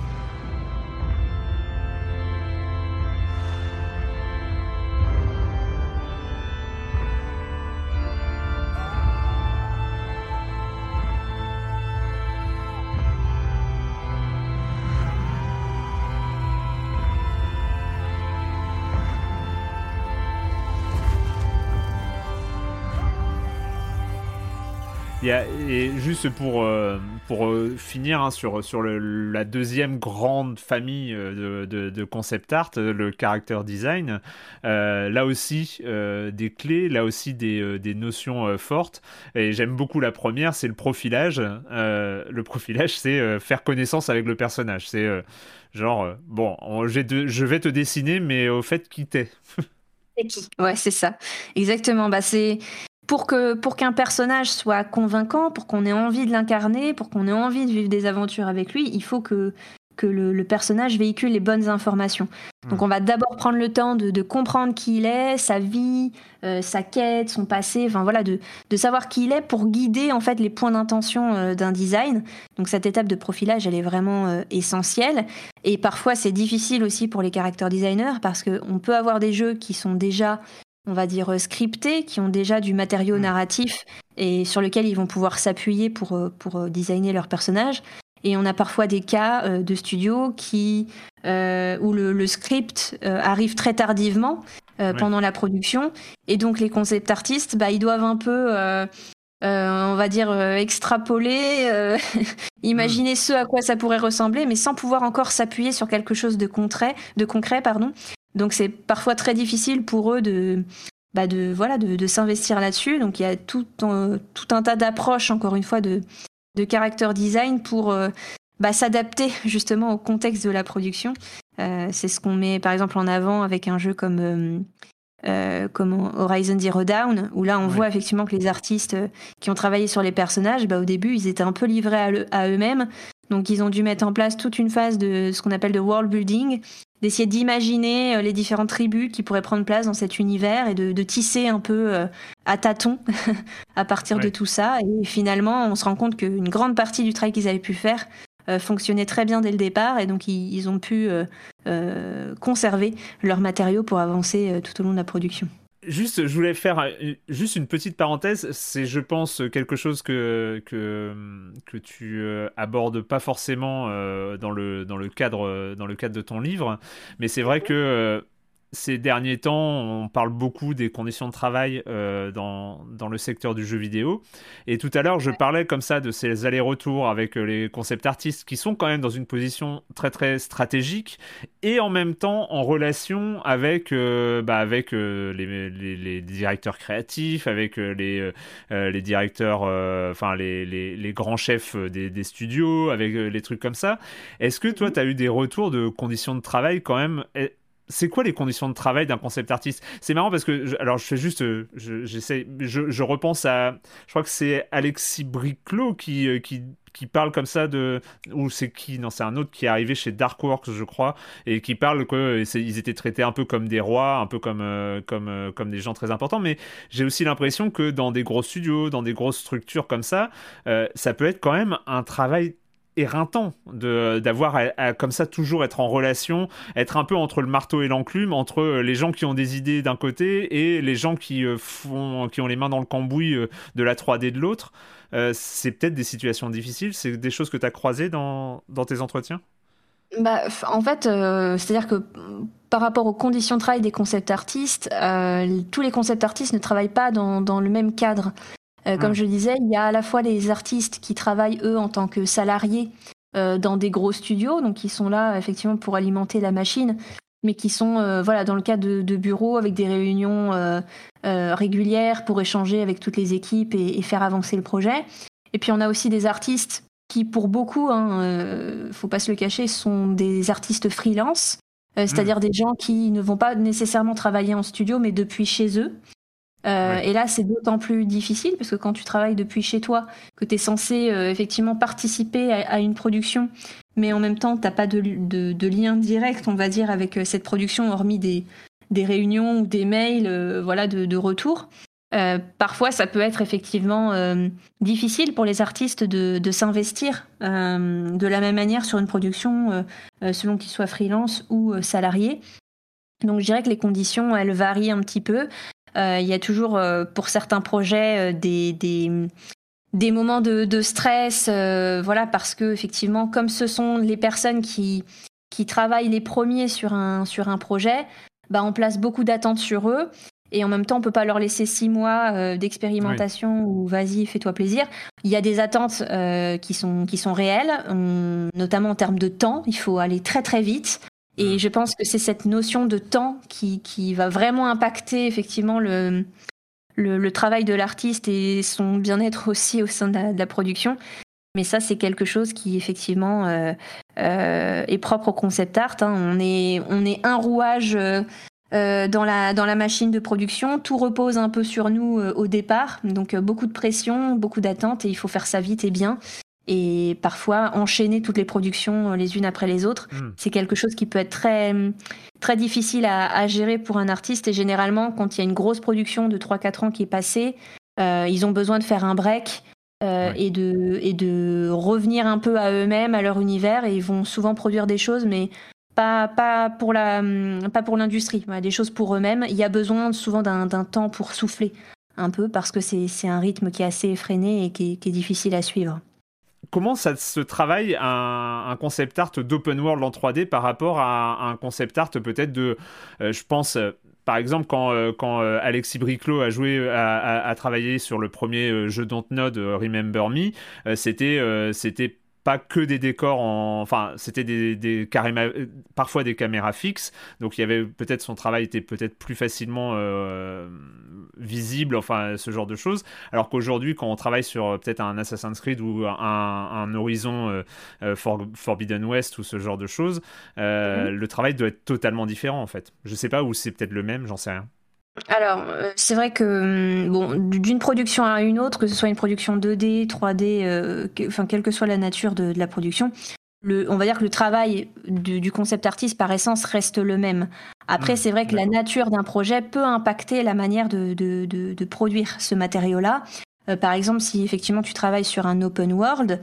Il y a, et juste pour, euh, pour euh, finir hein, sur, sur le, la deuxième grande famille de, de, de concept art, le character design, euh, là aussi euh, des clés, là aussi des, euh, des notions euh, fortes. Et j'aime beaucoup la première, c'est le profilage. Euh, le profilage, c'est euh, faire connaissance avec le personnage. C'est euh, genre, euh, bon, on, j'ai de, je vais te dessiner, mais au fait, qui t'es? C'est qui ? Ouais, c'est ça. Exactement. Bah, c'est... Pour, que, pour qu'un personnage soit convaincant, pour qu'on ait envie de l'incarner, pour qu'on ait envie de vivre des aventures avec lui, il faut que, que le, le personnage véhicule les bonnes informations. Donc Mmh. on va d'abord prendre le temps de, de comprendre qui il est, sa vie, euh, sa quête, son passé, enfin voilà, de, de savoir qui il est pour guider en fait les points d'intention euh, d'un design. Donc cette étape de profilage, elle est vraiment euh, essentielle. Et parfois c'est difficile aussi pour les character designers parce qu'on peut avoir des jeux qui sont déjà, on va dire, scriptés, qui ont déjà du matériau Mmh. narratif et sur lequel ils vont pouvoir s'appuyer pour, pour designer leur personnage. Et on a parfois des cas euh, de studios qui, euh, où le, le script euh, arrive très tardivement euh, Ouais. pendant la production. Et donc les concept artistes, bah, ils doivent un peu, euh, euh, on va dire, euh, extrapoler, euh, imaginer ce à quoi ça pourrait ressembler, mais sans pouvoir encore s'appuyer sur quelque chose de concret, de concret pardon. Donc c'est parfois très difficile pour eux de, bah de, voilà, de, de s'investir là-dessus. Donc il y a tout, euh, tout un tas d'approches, encore une fois, de, de character design pour euh, bah, s'adapter justement au contexte de la production. Euh, c'est ce qu'on met par exemple en avant avec un jeu comme, euh, euh, comme Horizon Zero Dawn, où là on Ouais. voit effectivement que les artistes qui ont travaillé sur les personnages, bah, au début ils étaient un peu livrés à, le, à eux-mêmes. Donc ils ont dû mettre en place toute une phase de ce qu'on appelle de world building, d'essayer d'imaginer les différentes tribus qui pourraient prendre place dans cet univers et de, de tisser un peu euh, à tâtons à partir Ouais. de tout ça. Et finalement, on se rend compte qu'une grande partie du travail qu'ils avaient pu faire euh, fonctionnait très bien dès le départ et donc ils, ils ont pu euh, euh, conserver leurs matériaux pour avancer euh, tout au long de la production. Juste, je voulais faire euh, juste une petite parenthèse. C'est, je pense, quelque chose que que que tu euh, abordes pas forcément euh, dans le dans le cadre dans le cadre de ton livre, mais c'est vrai que euh, ces derniers temps, on parle beaucoup des conditions de travail euh, dans, dans le secteur du jeu vidéo. Et tout à l'heure, je parlais comme ça de ces allers-retours avec euh, les concept artistes qui sont quand même dans une position très très stratégique et en même temps en relation avec, euh, bah, avec euh, les, les, les directeurs créatifs, avec euh, les, euh, les directeurs, enfin euh, les, les, les grands chefs des, des studios, avec euh, les trucs comme ça. Est-ce que toi, tu as eu des retours de conditions de travail quand même? C'est quoi les conditions de travail d'un concept artiste? C'est marrant parce que, je, alors je fais juste, je, j'essaie, je, je repense à, je crois que c'est Alexis Briclot qui, qui, qui parle comme ça de, ou c'est qui? Non, c'est un autre qui est arrivé chez Darkworks, je crois, et qui parle qu'ils étaient traités un peu comme des rois, un peu comme, euh, comme, euh, comme des gens très importants, mais j'ai aussi l'impression que dans des gros studios, dans des grosses structures comme ça, euh, ça peut être quand même un travail éreintant de, d'avoir à, à, comme ça toujours être en relation, être un peu entre le marteau et l'enclume, entre les gens qui ont des idées d'un côté et les gens qui, euh, font, qui ont les mains dans le cambouis euh, de la trois D de l'autre. Euh, c'est peut-être des situations difficiles, c'est des choses que tu as croisées dans, dans tes entretiens? Bah, en fait, euh, c'est-à-dire que par rapport aux conditions de travail des concept artistes, euh, tous les concept artistes ne travaillent pas dans, dans le même cadre. Euh, comme mmh. je le disais, il y a à la fois les artistes qui travaillent, eux, en tant que salariés euh, dans des gros studios, donc qui sont là, effectivement, pour alimenter la machine, mais qui sont euh, voilà, dans le cadre de, de bureaux avec des réunions euh, euh, régulières pour échanger avec toutes les équipes et, et faire avancer le projet. Et puis, on a aussi des artistes qui, pour beaucoup, hein, euh, faut pas se le cacher, sont des artistes freelance, euh, c'est-à-dire mmh. des gens qui ne vont pas nécessairement travailler en studio, mais depuis chez eux. Euh, ouais. Et là, c'est d'autant plus difficile parce que quand tu travailles depuis chez toi, que tu es censé euh, effectivement participer à, à une production, mais en même temps, tu n'as pas de, de, de lien direct, on va dire, avec euh, cette production, hormis des, des réunions ou des mails euh, voilà, de, de retour. Euh, parfois, ça peut être effectivement euh, difficile pour les artistes de, de s'investir euh, de la même manière sur une production, euh, selon qu'ils soient freelance ou euh, salariés. Donc, je dirais que les conditions, elles varient un petit peu. Il euh, y a toujours, euh, pour certains projets, euh, des, des, des moments de, de stress, euh, voilà, parce que effectivement, comme ce sont les personnes qui, qui travaillent les premiers sur un, sur un projet, bah, on place beaucoup d'attentes sur eux. Et en même temps, on ne peut pas leur laisser six mois euh, d'expérimentation oui. ou vas-y, fais-toi plaisir. Il y a des attentes euh, qui sont, qui sont réelles, on, notamment en termes de temps. Il faut aller très, très vite. Et je pense que c'est cette notion de temps qui, qui va vraiment impacter effectivement le, le, le travail de l'artiste et son bien-être aussi au sein de la, de la production. Mais ça, c'est quelque chose qui effectivement euh, euh, est propre au concept art. Hein. On est, on est un rouage euh, dans, la, dans la machine de production. Tout repose un peu sur nous euh, au départ. Donc euh, beaucoup de pression, beaucoup d'attentes et il faut faire ça vite et bien. Et parfois, enchaîner toutes les productions les unes après les autres, mmh. c'est quelque chose qui peut être très, très difficile à, à gérer pour un artiste. Et généralement, quand il y a une grosse production de trois à quatre ans qui est passée, euh, ils ont besoin de faire un break euh, ouais. et, de, et de revenir un peu à eux-mêmes, à leur univers. Et ils vont souvent produire des choses, mais pas, pas, pour, la, pas pour l'industrie, voilà, des choses pour eux-mêmes. Il y a besoin souvent d'un, d'un temps pour souffler un peu, parce que c'est, c'est un rythme qui est assez effréné et qui est, qui est difficile à suivre. Comment ça se travaille un, un concept art d'open world en trois D par rapport à, à un concept art peut-être de, euh, je pense, euh, par exemple quand, euh, quand euh, Alexis Briclot a joué, a, a, a travaillé sur le premier euh, jeu Dontnod, euh, Remember Me, euh, c'était, euh, c'était pas que des décors, en... enfin c'était des, des caréma... parfois des caméras fixes, donc il y avait peut-être son travail était peut-être plus facilement euh, visible, enfin ce genre de choses, alors qu'aujourd'hui quand on travaille sur peut-être un Assassin's Creed ou un, un Horizon euh, For... Forbidden West ou ce genre de choses, euh, mmh. le travail doit être totalement différent en fait. Je sais pas, ou c'est peut-être le même, j'en sais rien. Alors, c'est vrai que bon, d'une production à une autre, que ce soit une production deux D, trois D, euh, que, enfin, quelle que soit la nature de, de la production, le, on va dire que le travail du, du concept artiste, par essence, reste le même. Après, mmh, c'est vrai que d'accord. la nature d'un projet peut impacter la manière de, de, de, de produire ce matériau-là. Euh, par exemple, si effectivement tu travailles sur un open world,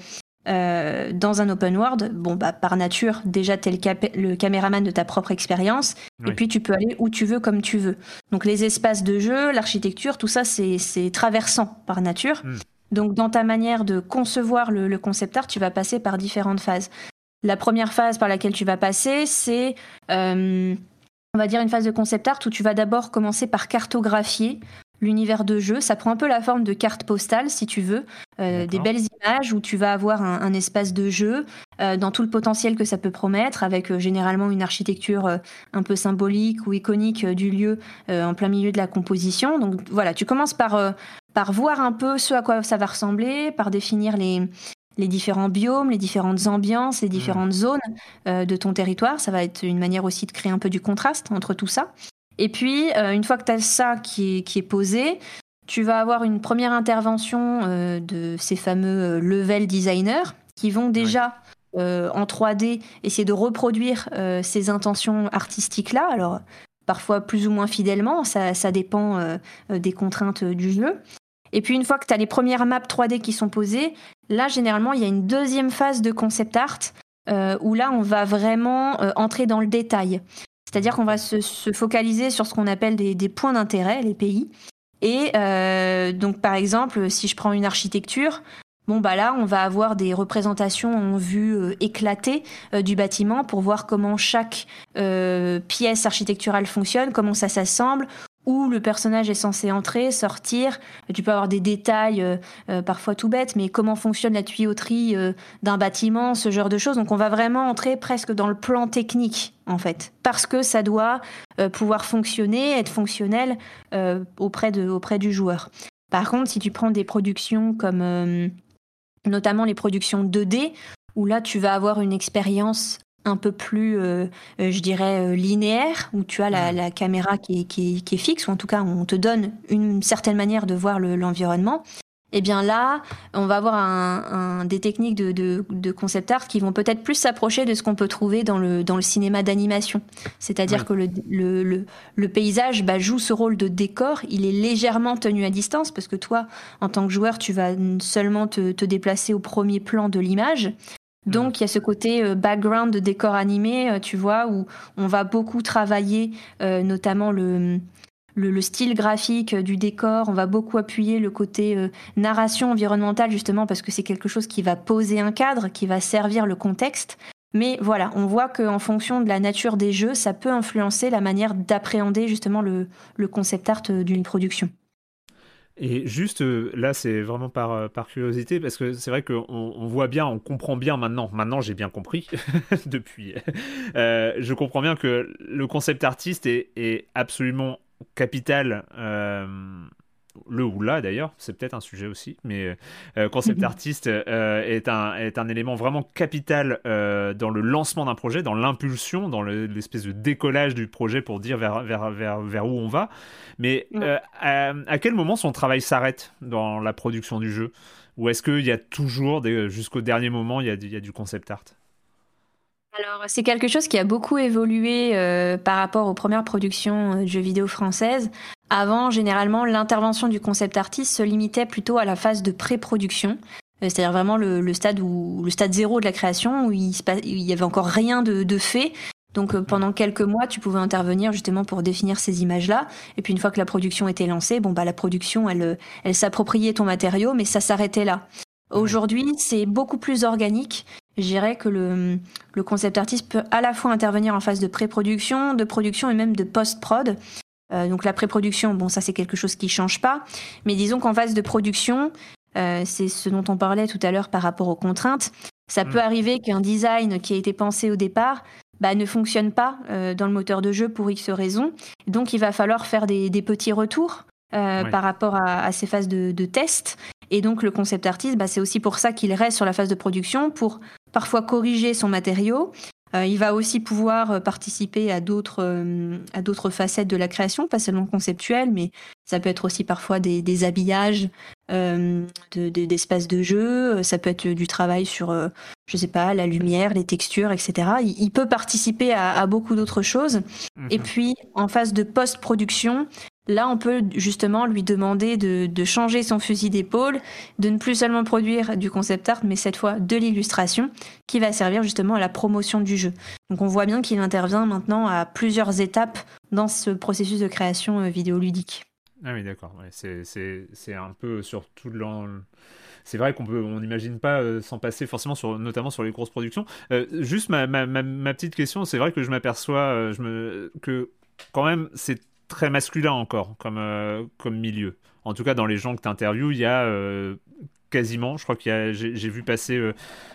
Euh, dans un open world, bon, bah, par nature, déjà, t'es le, cap- le caméraman de ta propre expérience, oui. et puis tu peux aller où tu veux, comme tu veux. Donc, les espaces de jeu, l'architecture, tout ça, c'est, c'est traversant par nature. Mm. Donc, dans ta manière de concevoir le, le concept art, tu vas passer par différentes phases. La première phase par laquelle tu vas passer, c'est, euh, on on va dire une phase de concept art où tu vas d'abord commencer par cartographier l'univers de jeu. Ça prend un peu la forme de carte postale, si tu veux, euh, des belles images où tu vas avoir un, un espace de jeu euh, dans tout le potentiel que ça peut promettre, avec euh, généralement une architecture euh, un peu symbolique ou iconique euh, du lieu euh, en plein milieu de la composition. Donc voilà, tu commences par, euh, par voir un peu ce à quoi ça va ressembler, par définir les... les différents biomes, les différentes ambiances, les différentes mmh. zones euh, de ton territoire. Ça va être une manière aussi de créer un peu du contraste entre tout ça. Et puis, euh, une fois que tu as ça qui est, qui est posé, tu vas avoir une première intervention euh, de ces fameux level designers qui vont déjà, ouais. euh, en trois D, essayer de reproduire euh, ces intentions artistiques-là. Alors, parfois plus ou moins fidèlement, ça, ça dépend euh, des contraintes du jeu. Et puis, une fois que tu as les premières maps trois D qui sont posées, là, généralement, il y a une deuxième phase de concept art euh, où là, on va vraiment euh, entrer dans le détail. C'est-à-dire qu'on va se, se focaliser sur ce qu'on appelle des, des points d'intérêt, les P I. Et euh, donc, par exemple, si je prends une architecture, bon, bah là, on va avoir des représentations en vue euh, éclatée euh, du bâtiment pour voir comment chaque euh, pièce architecturale fonctionne, comment ça s'assemble, où le personnage est censé entrer, sortir. Tu peux avoir des détails euh, euh, parfois tout bêtes, mais comment fonctionne la tuyauterie euh, d'un bâtiment, ce genre de choses. Donc on va vraiment entrer presque dans le plan technique, en fait, parce que ça doit euh, pouvoir fonctionner, être fonctionnel euh, auprès, de, auprès du joueur. Par contre, si tu prends des productions comme euh, notamment les productions deux D, où là tu vas avoir une expérience un peu plus, euh, euh, je dirais, euh, linéaire, où tu as la, la caméra qui est, qui, est, qui est fixe, ou en tout cas, on te donne une certaine manière de voir le, l'environnement. Et bien là, on va avoir un, un, des techniques de, de, de concept art qui vont peut-être plus s'approcher de ce qu'on peut trouver dans le, dans le cinéma d'animation. C'est-à-dire oui. que le, le, le, le paysage bah, joue ce rôle de décor, il est légèrement tenu à distance, parce que toi, en tant que joueur, tu vas seulement te, te déplacer au premier plan de l'image. Donc, il y a ce côté euh, background de décor animé, euh, tu vois, où on va beaucoup travailler euh, notamment le, le, le style graphique du décor. On va beaucoup appuyer le côté euh, narration environnementale, justement, parce que c'est quelque chose qui va poser un cadre, qui va servir le contexte. Mais voilà, on voit qu'en fonction de la nature des jeux, ça peut influencer la manière d'appréhender, justement, le, le concept art d'une production. Et juste euh, là, c'est vraiment par, euh, par curiosité, parce que c'est vrai qu'on on voit bien, on comprend bien maintenant. Maintenant, j'ai bien compris, depuis. Euh, je comprends bien que le concept artiste est, est absolument capital. Euh, le ou là, d'ailleurs, c'est peut-être un sujet aussi, mais euh, concept artiste euh, est, un, est un élément vraiment capital euh, dans le lancement d'un projet, dans l'impulsion, dans le, l'espèce de décollage du projet pour dire vers, vers, vers, vers où on va. Mais euh, à, à quel moment son travail s'arrête dans la production du jeu ? Ou est-ce qu'il y a toujours, des, jusqu'au dernier moment, il y a, il y a du concept art ? Alors, c'est quelque chose qui a beaucoup évolué euh, par rapport aux premières productions de jeux vidéo françaises. Avant, généralement, l'intervention du concept artiste se limitait plutôt à la phase de pré-production, euh, c'est-à-dire vraiment le, le stade où, le stade zéro de la création, où il, se passe, il y avait encore rien de, de fait. Donc euh, pendant quelques mois, tu pouvais intervenir justement pour définir ces images-là. Et puis une fois que la production était lancée, bon bah la production, elle, elle s'appropriait ton matériau, mais ça s'arrêtait là. Aujourd'hui, c'est beaucoup plus organique. Je dirais que le, le concept artiste peut à la fois intervenir en phase de pré-production, de production et même de post-prod. Euh, donc la pré-production, bon ça c'est quelque chose qui change pas. Mais disons qu'en phase de production, euh, c'est ce dont on parlait tout à l'heure par rapport aux contraintes. Ça mmh. peut arriver qu'un design qui a été pensé au départ bah, ne fonctionne pas euh, dans le moteur de jeu pour X raisons. Donc il va falloir faire des, des petits retours euh, oui. par rapport à, à ces phases de, de test. Et donc le concept artiste, bah, c'est aussi pour ça qu'il reste sur la phase de production, pour parfois corriger son matériau. Euh, il va aussi pouvoir participer à d'autres, euh, à d'autres facettes de la création, pas seulement conceptuelles, mais ça peut être aussi parfois des, des habillages euh, de, de, d'espaces de jeu, ça peut être du travail sur, euh, je sais pas, la lumière, les textures, et cetera. Il, il peut participer à, à beaucoup d'autres choses. Mmh. Et puis, en phase de post-production, là, on peut justement lui demander de, de changer son fusil d'épaule, de ne plus seulement produire du concept art, mais cette fois de l'illustration, qui va servir justement à la promotion du jeu. Donc on voit bien qu'il intervient maintenant à plusieurs étapes dans ce processus de création vidéoludique. Ah oui, d'accord. Ouais, c'est, c'est, c'est un peu sur tout l'an... C'est vrai qu'on peut, on n'imagine pas euh, s'en passer forcément, sur, notamment sur les grosses productions. Euh, juste ma, ma, ma, ma petite question, c'est vrai que je m'aperçois euh, je me, que quand même, c'est très masculin encore comme, euh, comme milieu. En tout cas, dans les gens que tu interviews, il y a euh, quasiment, je crois qu'il y a, j'ai, j'ai vu passer euh,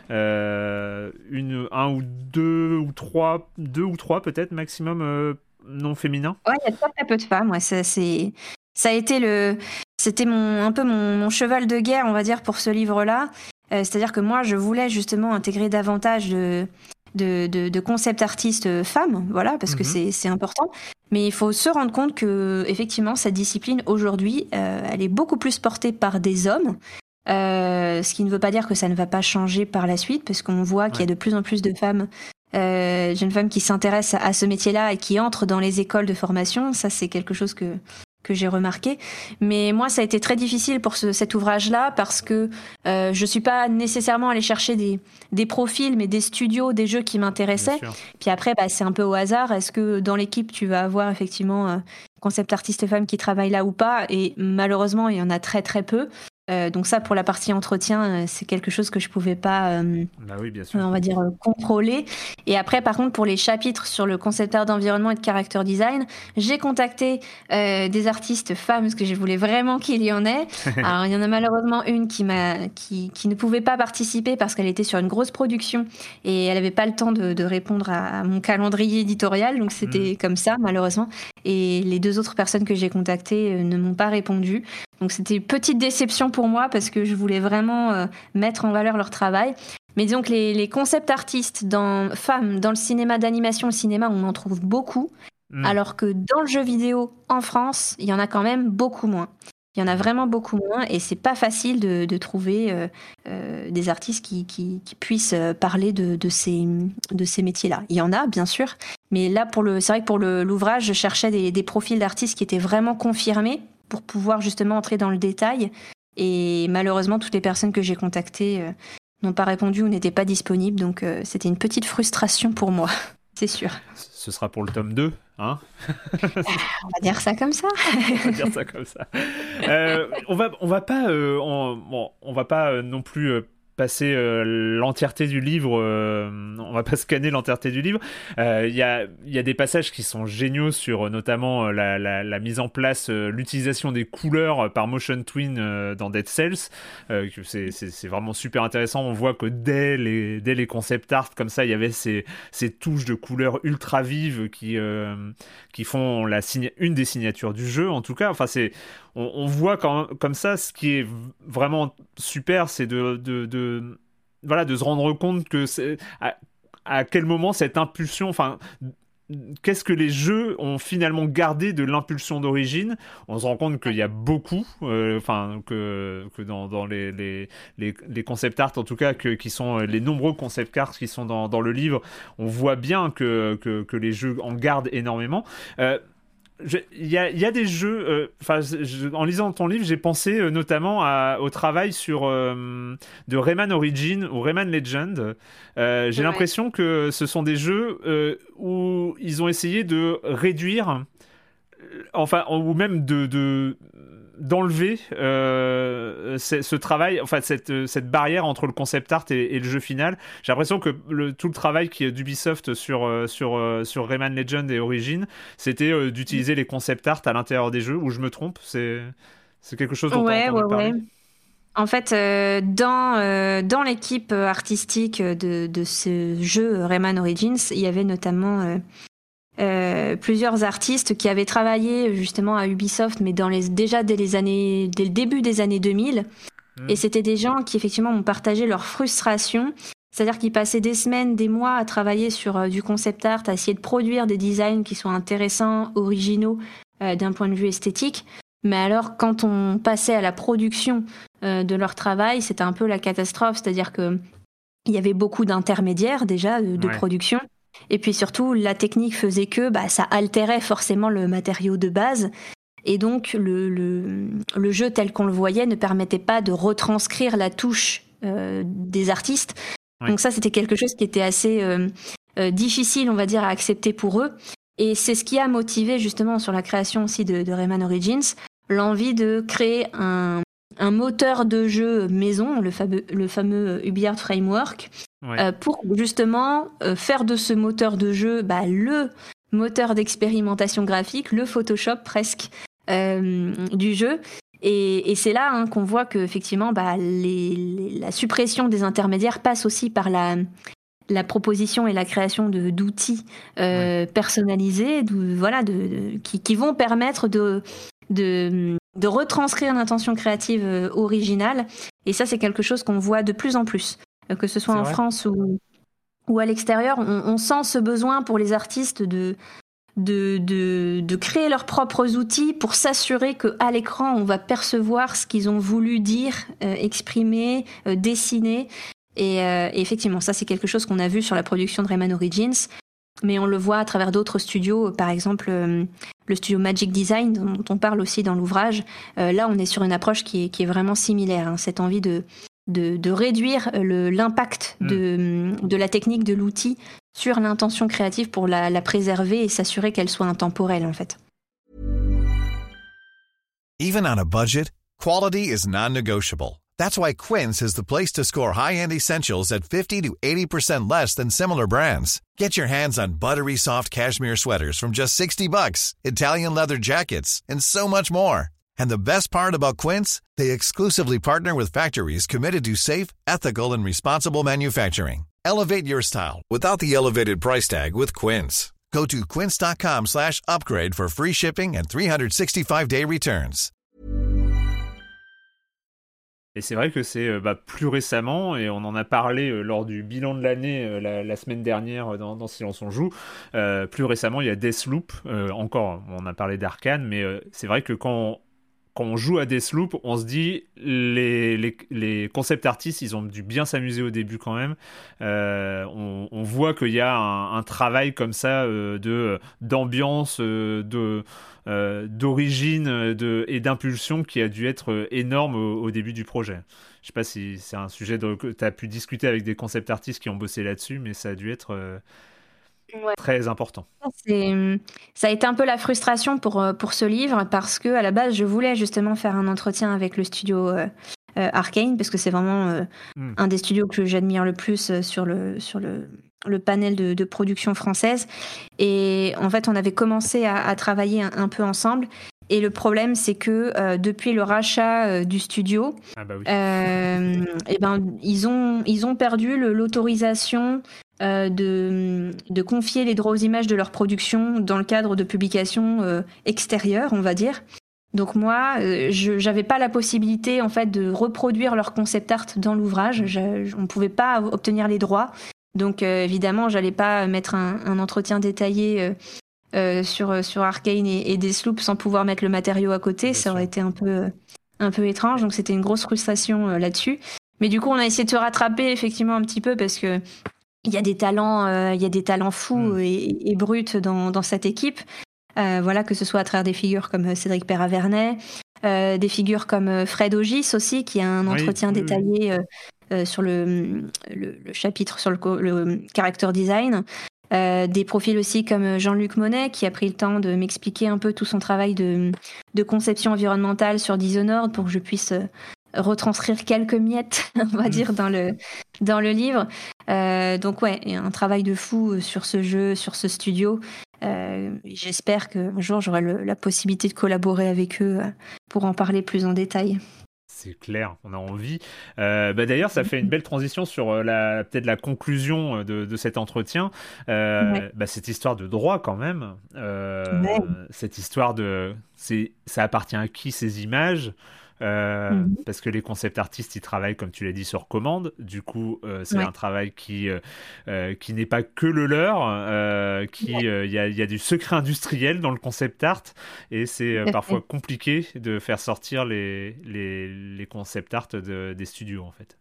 euh, une, un ou deux ou trois, deux ou trois peut-être maximum euh, non féminins. Ouais, il y a très, très peu de femmes. Ouais, ça, c'est, ça a été le, c'était mon, un peu mon, mon cheval de guerre, on va dire, pour ce livre-là. Euh, c'est-à-dire que moi, je voulais justement intégrer davantage de, de, de, de concept artistes femmes, voilà, parce mm-hmm. que c'est, c'est important. Mais il faut se rendre compte que, effectivement, cette discipline aujourd'hui, euh, elle est beaucoup plus portée par des hommes. Euh, ce qui ne veut pas dire que ça ne va pas changer par la suite, parce qu'on voit ouais. qu'il y a de plus en plus de femmes, euh, jeunes femmes qui s'intéressent à, à ce métier-là et qui entrent dans les écoles de formation. Ça, c'est quelque chose que que j'ai remarqué. Mais moi, ça a été très difficile pour ce, cet ouvrage-là parce que euh, je suis pas nécessairement allée chercher des, des profils, mais des studios, des jeux qui m'intéressaient. Puis après, bah, c'est un peu au hasard. Est-ce que dans l'équipe, tu vas avoir effectivement euh, concept artistes femmes qui travaillent là ou pas? Et malheureusement, il y en a très très peu. Euh, donc ça, pour la partie entretien, euh, c'est quelque chose que je pouvais pas, euh, bah oui, bien sûr. on va dire, euh, contrôler. Et après, par contre, pour les chapitres sur le concept art d'environnement et de character design, j'ai contacté euh, des artistes femmes parce que je voulais vraiment qu'il y en ait. Alors, il y en a malheureusement une qui m'a, qui, qui ne pouvait pas participer parce qu'elle était sur une grosse production et elle avait pas le temps de, de répondre à, à mon calendrier éditorial. Donc c'était mmh. comme ça, malheureusement. Et les deux autres personnes que j'ai contactées euh, ne m'ont pas répondu. Donc c'était une petite déception pour moi parce que je voulais vraiment euh, mettre en valeur leur travail. Mais disons que les, les concept artistes dans, femmes dans le cinéma d'animation, le cinéma, on en trouve beaucoup. Mmh. Alors que dans le jeu vidéo en France, il y en a quand même beaucoup moins. Il y en a vraiment beaucoup moins et c'est pas facile de, de trouver euh, euh, des artistes qui, qui, qui puissent parler de, de, ces, de ces métiers-là. Il y en a, bien sûr, mais là, pour le, c'est vrai que pour le, l'ouvrage, je cherchais des, des profils d'artistes qui étaient vraiment confirmés pour pouvoir justement entrer dans le détail. Et malheureusement, toutes les personnes que j'ai contactées euh, n'ont pas répondu ou n'étaient pas disponibles. Donc, euh, c'était une petite frustration pour moi, c'est sûr. Ce sera pour le tome deux, hein? On va dire ça comme ça. on va dire ça comme ça. Euh, on va, on va pas, euh, on, bon, on va pas euh, non plus... Euh, passer euh, l'entièreté du livre, euh, on va pas scanner l'entièreté du livre. Il euh, y, a, y a des passages qui sont géniaux sur euh, notamment euh, la, la, la mise en place, euh, l'utilisation des couleurs euh, par Motion Twin euh, dans Dead Cells. Euh, c'est, c'est, c'est vraiment super intéressant. On voit que dès les, dès les concept art comme ça, il y avait ces, ces touches de couleurs ultra vives qui, euh, qui font la signa- une des signatures du jeu. En tout cas, enfin c'est On, on voit quand, comme ça, ce qui est vraiment super, c'est de, de, de, voilà, de se rendre compte que c'est, à, à quel moment cette impulsion, enfin, qu'est-ce que les jeux ont finalement gardé de l'impulsion d'origine. On se rend compte qu'il y a beaucoup, euh, enfin, que, que dans, dans les, les, les, les concept art, en tout cas, que, qui sont les nombreux concept art qui sont dans, dans le livre, on voit bien que, que, que les jeux en gardent énormément. Euh, Il y, y a des jeux, enfin, euh, en lisant ton livre, j'ai pensé euh, notamment à, au travail sur euh, de Rayman Origins ou Rayman Legend. Euh, j'ai ouais. l'impression que ce sont des jeux euh, où ils ont essayé de réduire, enfin, ou même de, de d'enlever euh, ce, ce travail, enfin cette, cette barrière entre le concept art et, et le jeu final. J'ai l'impression que le, tout le travail qui est d'Ubisoft sur, sur, sur Rayman Legend et Origins, c'était euh, d'utiliser les concept art à l'intérieur des jeux, ou je me trompe, c'est, c'est quelque chose dont ouais, on entend ouais, parler. Ouais. En fait, euh, dans, euh, dans l'équipe artistique de, de ce jeu Rayman Origins, il y avait notamment... Euh, Euh, plusieurs artistes qui avaient travaillé justement à Ubisoft, mais dans les, déjà dès, les années, dès le début des années deux mille. Mmh. Et c'était des gens qui effectivement ont partagé leur frustration. C'est-à-dire qu'ils passaient des semaines, des mois à travailler sur euh, du concept art, à essayer de produire des designs qui sont intéressants, originaux euh, d'un point de vue esthétique. Mais alors, quand on passait à la production euh, de leur travail, c'était un peu la catastrophe. C'est-à-dire que il y avait beaucoup d'intermédiaires déjà de, de ouais. production. Et puis surtout, la technique faisait que bah, ça altérait forcément le matériau de base. Et donc, le, le, le jeu tel qu'on le voyait ne permettait pas de retranscrire la touche euh, des artistes. Oui. Donc ça, c'était quelque chose qui était assez euh, euh, difficile, on va dire, à accepter pour eux. Et c'est ce qui a motivé justement sur la création aussi de, de Rayman Origins, l'envie de créer un, un moteur de jeu maison, le fameux, le fameux UbiArt Framework, ouais. euh, pour justement euh, faire de ce moteur de jeu bah, le moteur d'expérimentation graphique, le Photoshop presque euh, du jeu. Et, et c'est là hein, qu'on voit que effectivement, bah, les, les, la suppression des intermédiaires passe aussi par la, la proposition et la création de, d'outils euh, ouais. personnalisés, de, voilà, de, de, qui, qui vont permettre de, de, de retranscrire l'intention créative originale. Et ça, c'est quelque chose qu'on voit de plus en plus, que ce soit c'est en vrai. France ou, ou à l'extérieur. On, on sent ce besoin pour les artistes de De, de, de créer leurs propres outils pour s'assurer qu'à l'écran, on va percevoir ce qu'ils ont voulu dire, euh, exprimer, euh, dessiner. Et, euh, et effectivement, ça, c'est quelque chose qu'on a vu sur la production de Rayman Origins, mais on le voit à travers d'autres studios, par exemple euh, le studio Magic Design, dont on parle aussi dans l'ouvrage. Euh, là, on est sur une approche qui est, qui est vraiment similaire, hein, cette envie de, de, de réduire le, l'impact mmh. de, de la technique, de l'outil, sur l'intention créative pour la, la préserver et s'assurer qu'elle soit intemporelle, en fait. Even on a budget, quality is non-negotiable. That's why Quince is the place to score high-end essentials at fifty to eighty percent less than similar brands. Get your hands on buttery soft cashmere sweaters from just sixty bucks, Italian leather jackets, and so much more. And the best part about Quince, they exclusively partner with factories committed to safe, ethical, and responsible manufacturing. Elevate your style without the elevated price tag with Quince. Go to quince.com slash upgrade for free shipping and three sixty-five day returns. Et c'est vrai que c'est bah, plus récemment, et on en a parlé euh, lors du bilan de l'année euh, la, la semaine dernière dans, dans Silence on joue, euh, plus récemment il y a Deathloop, euh, encore on a parlé d'Arcane, mais euh, c'est vrai que quand on, quand on joue à Deathloop, on se dit les, les, les concept artistes, ils ont dû bien s'amuser au début quand même. Euh, on, on voit qu'il y a un, un travail comme ça euh, de, d'ambiance, euh, de, euh, d'origine de, et d'impulsion qui a dû être énorme au, au début du projet. Je ne sais pas si c'est un sujet de, que tu as pu discuter avec des concept artistes qui ont bossé là-dessus, mais ça a dû être... Euh, Ouais. Très important. C'est, ça a été un peu la frustration pour, pour ce livre parce que à la base je voulais justement faire un entretien avec le studio euh, euh, Arcane parce que c'est vraiment euh, mm. un des studios que j'admire le plus sur le, sur le, le panel de, de production française. Et en fait on avait commencé à, à travailler un, un peu ensemble. Et le problème, c'est que euh, depuis le rachat euh, du studio, ah bah oui. euh, et ben, ils, ont, ils ont perdu le, l'autorisation euh, de, de confier les droits aux images de leur production dans le cadre de publications euh, extérieures, on va dire. Donc moi, euh, je n'avais pas la possibilité en fait, de reproduire leur concept art dans l'ouvrage. Je, on ne pouvait pas obtenir les droits. Donc euh, évidemment, je n'allais pas mettre un, un entretien détaillé euh, Euh, sur, sur Arcane et, et Deathloop sans pouvoir mettre le matériau à côté. Bien ça sûr. Aurait été un peu, un peu étrange, donc c'était une grosse frustration euh, là-dessus. Mais du coup, on a essayé de se rattraper effectivement un petit peu parce que il y a des talents, euh, il y a des talents fous mmh. et, et bruts dans, dans cette équipe. Euh, voilà, que ce soit à travers des figures comme Cédric Perravernet, euh, des figures comme Fred Ogis aussi, qui a un oui, entretien oui, détaillé oui. Euh, euh, sur le, le, le chapitre sur le, le character design. Euh, des profils aussi comme Jean-Luc Monet qui a pris le temps de m'expliquer un peu tout son travail de, de conception environnementale sur Dishonored pour que je puisse retranscrire quelques miettes, on va dire, dans le, dans le livre. Euh, donc ouais, un travail de fou sur ce jeu, sur ce studio. Euh, j'espère qu'un jour j'aurai le, la possibilité de collaborer avec eux pour en parler plus en détail. C'est clair, on a envie. Euh, bah d'ailleurs, ça fait une belle transition sur la, peut-être la conclusion de, de cet entretien. Euh, ouais. bah cette histoire de droit, quand même. Euh, ouais. Cette histoire de... C'est, ça appartient à qui, ces images euh, mm-hmm. Parce que les concept artistes, ils travaillent, comme tu l'as dit, sur commande. Du coup, euh, c'est ouais. un travail qui, euh, qui n'est pas que le leur. Euh, qui, il ouais. y, a, y a du secret industriel dans le concept art. Et c'est euh, parfois compliqué de faire sortir les, les, les concept art de, des studios, en fait.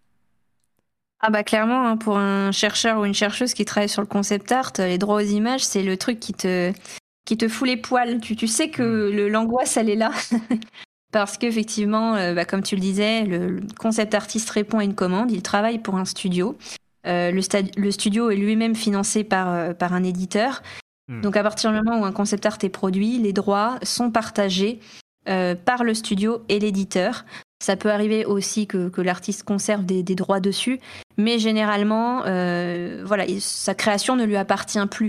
Ah bah clairement, hein, pour un chercheur ou une chercheuse qui travaille sur le concept art, les droits aux images, c'est le truc qui te, qui te fout les poils. Tu, tu sais que le, l'angoisse, elle est là. Parce qu'effectivement, euh, bah, comme tu le disais, le, le concept artiste répond à une commande, il travaille pour un studio. Euh, le, stad- le studio est lui-même financé par, euh, par un éditeur. Mmh. Donc à partir du moment où un concept art est produit, les droits sont partagés euh, par le studio et l'éditeur. Ça peut arriver aussi que, que l'artiste conserve des, des droits dessus, mais généralement, euh, voilà, sa création ne lui appartient plus.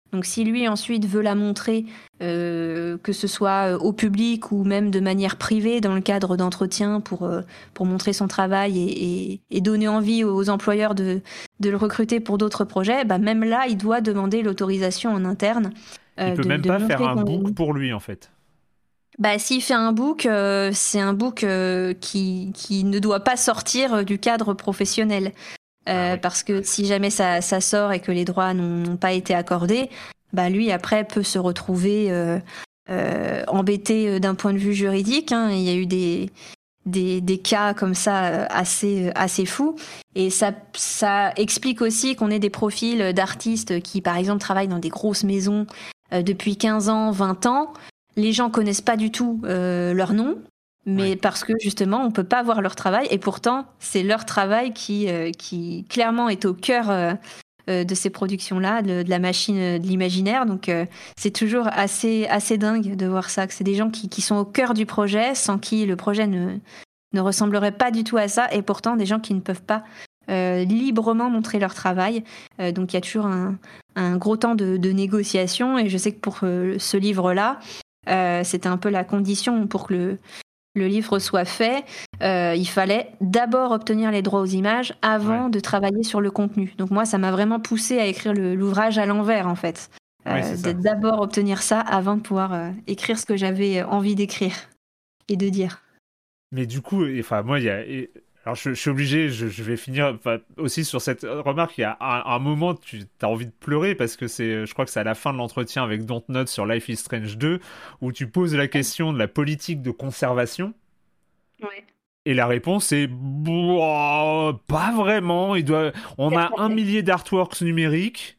Donc si lui ensuite veut la montrer, euh, que ce soit au public ou même de manière privée dans le cadre d'entretiens pour, euh, pour montrer son travail et, et, et donner envie aux employeurs de, de le recruter pour d'autres projets, bah même là, il doit demander l'autorisation en interne. Euh, il peut de, même de pas faire un qu'on... book pour lui, en fait. Bah, s'il fait un book, euh, c'est un book euh, qui, qui ne doit pas sortir du cadre professionnel. Euh, ah oui. Parce que si jamais ça, ça sort et que les droits n'ont, n'ont pas été accordés, bah lui après peut se retrouver euh, euh, embêté d'un point de vue juridique. Hein. Il y a eu des, des, des cas comme ça assez, assez fous. Et ça, ça explique aussi qu'on ait des profils d'artistes qui, par exemple, travaillent dans des grosses maisons euh, depuis quinze ans, vingt ans. Les gens connaissent pas du tout euh, leur nom. Mais ouais. Parce que justement, on peut pas voir leur travail, et pourtant, c'est leur travail qui, euh, qui clairement est au cœur euh, euh, de ces productions-là, de, de la machine de l'imaginaire. Donc, euh, c'est toujours assez, assez dingue de voir ça, que c'est des gens qui, qui sont au cœur du projet, sans qui le projet ne, ne ressemblerait pas du tout à ça, et pourtant des gens qui ne peuvent pas euh, librement montrer leur travail. Euh, donc, il y a toujours un, un gros temps de, de négociation, et je sais que pour euh, ce livre-là, euh, c'était un peu la condition pour que le le livre soit fait, euh, il fallait d'abord obtenir les droits aux images avant ouais. de travailler sur le contenu. Donc moi, ça m'a vraiment poussé à écrire le, l'ouvrage à l'envers, en fait. Euh, ouais, de d'abord obtenir ça avant de pouvoir euh, écrire ce que j'avais envie d'écrire et de dire. Mais du coup, enfin, moi, il y a... Alors, je, je suis obligé, je, je vais finir aussi sur cette remarque. Il y a un, un moment, tu as envie de pleurer parce que c'est, je crois que c'est à la fin de l'entretien avec Dontnod sur Life is Strange deux où tu poses la question de la politique de conservation. Ouais. Et la réponse est pas vraiment. Il doit, on a un millier d'artworks numériques,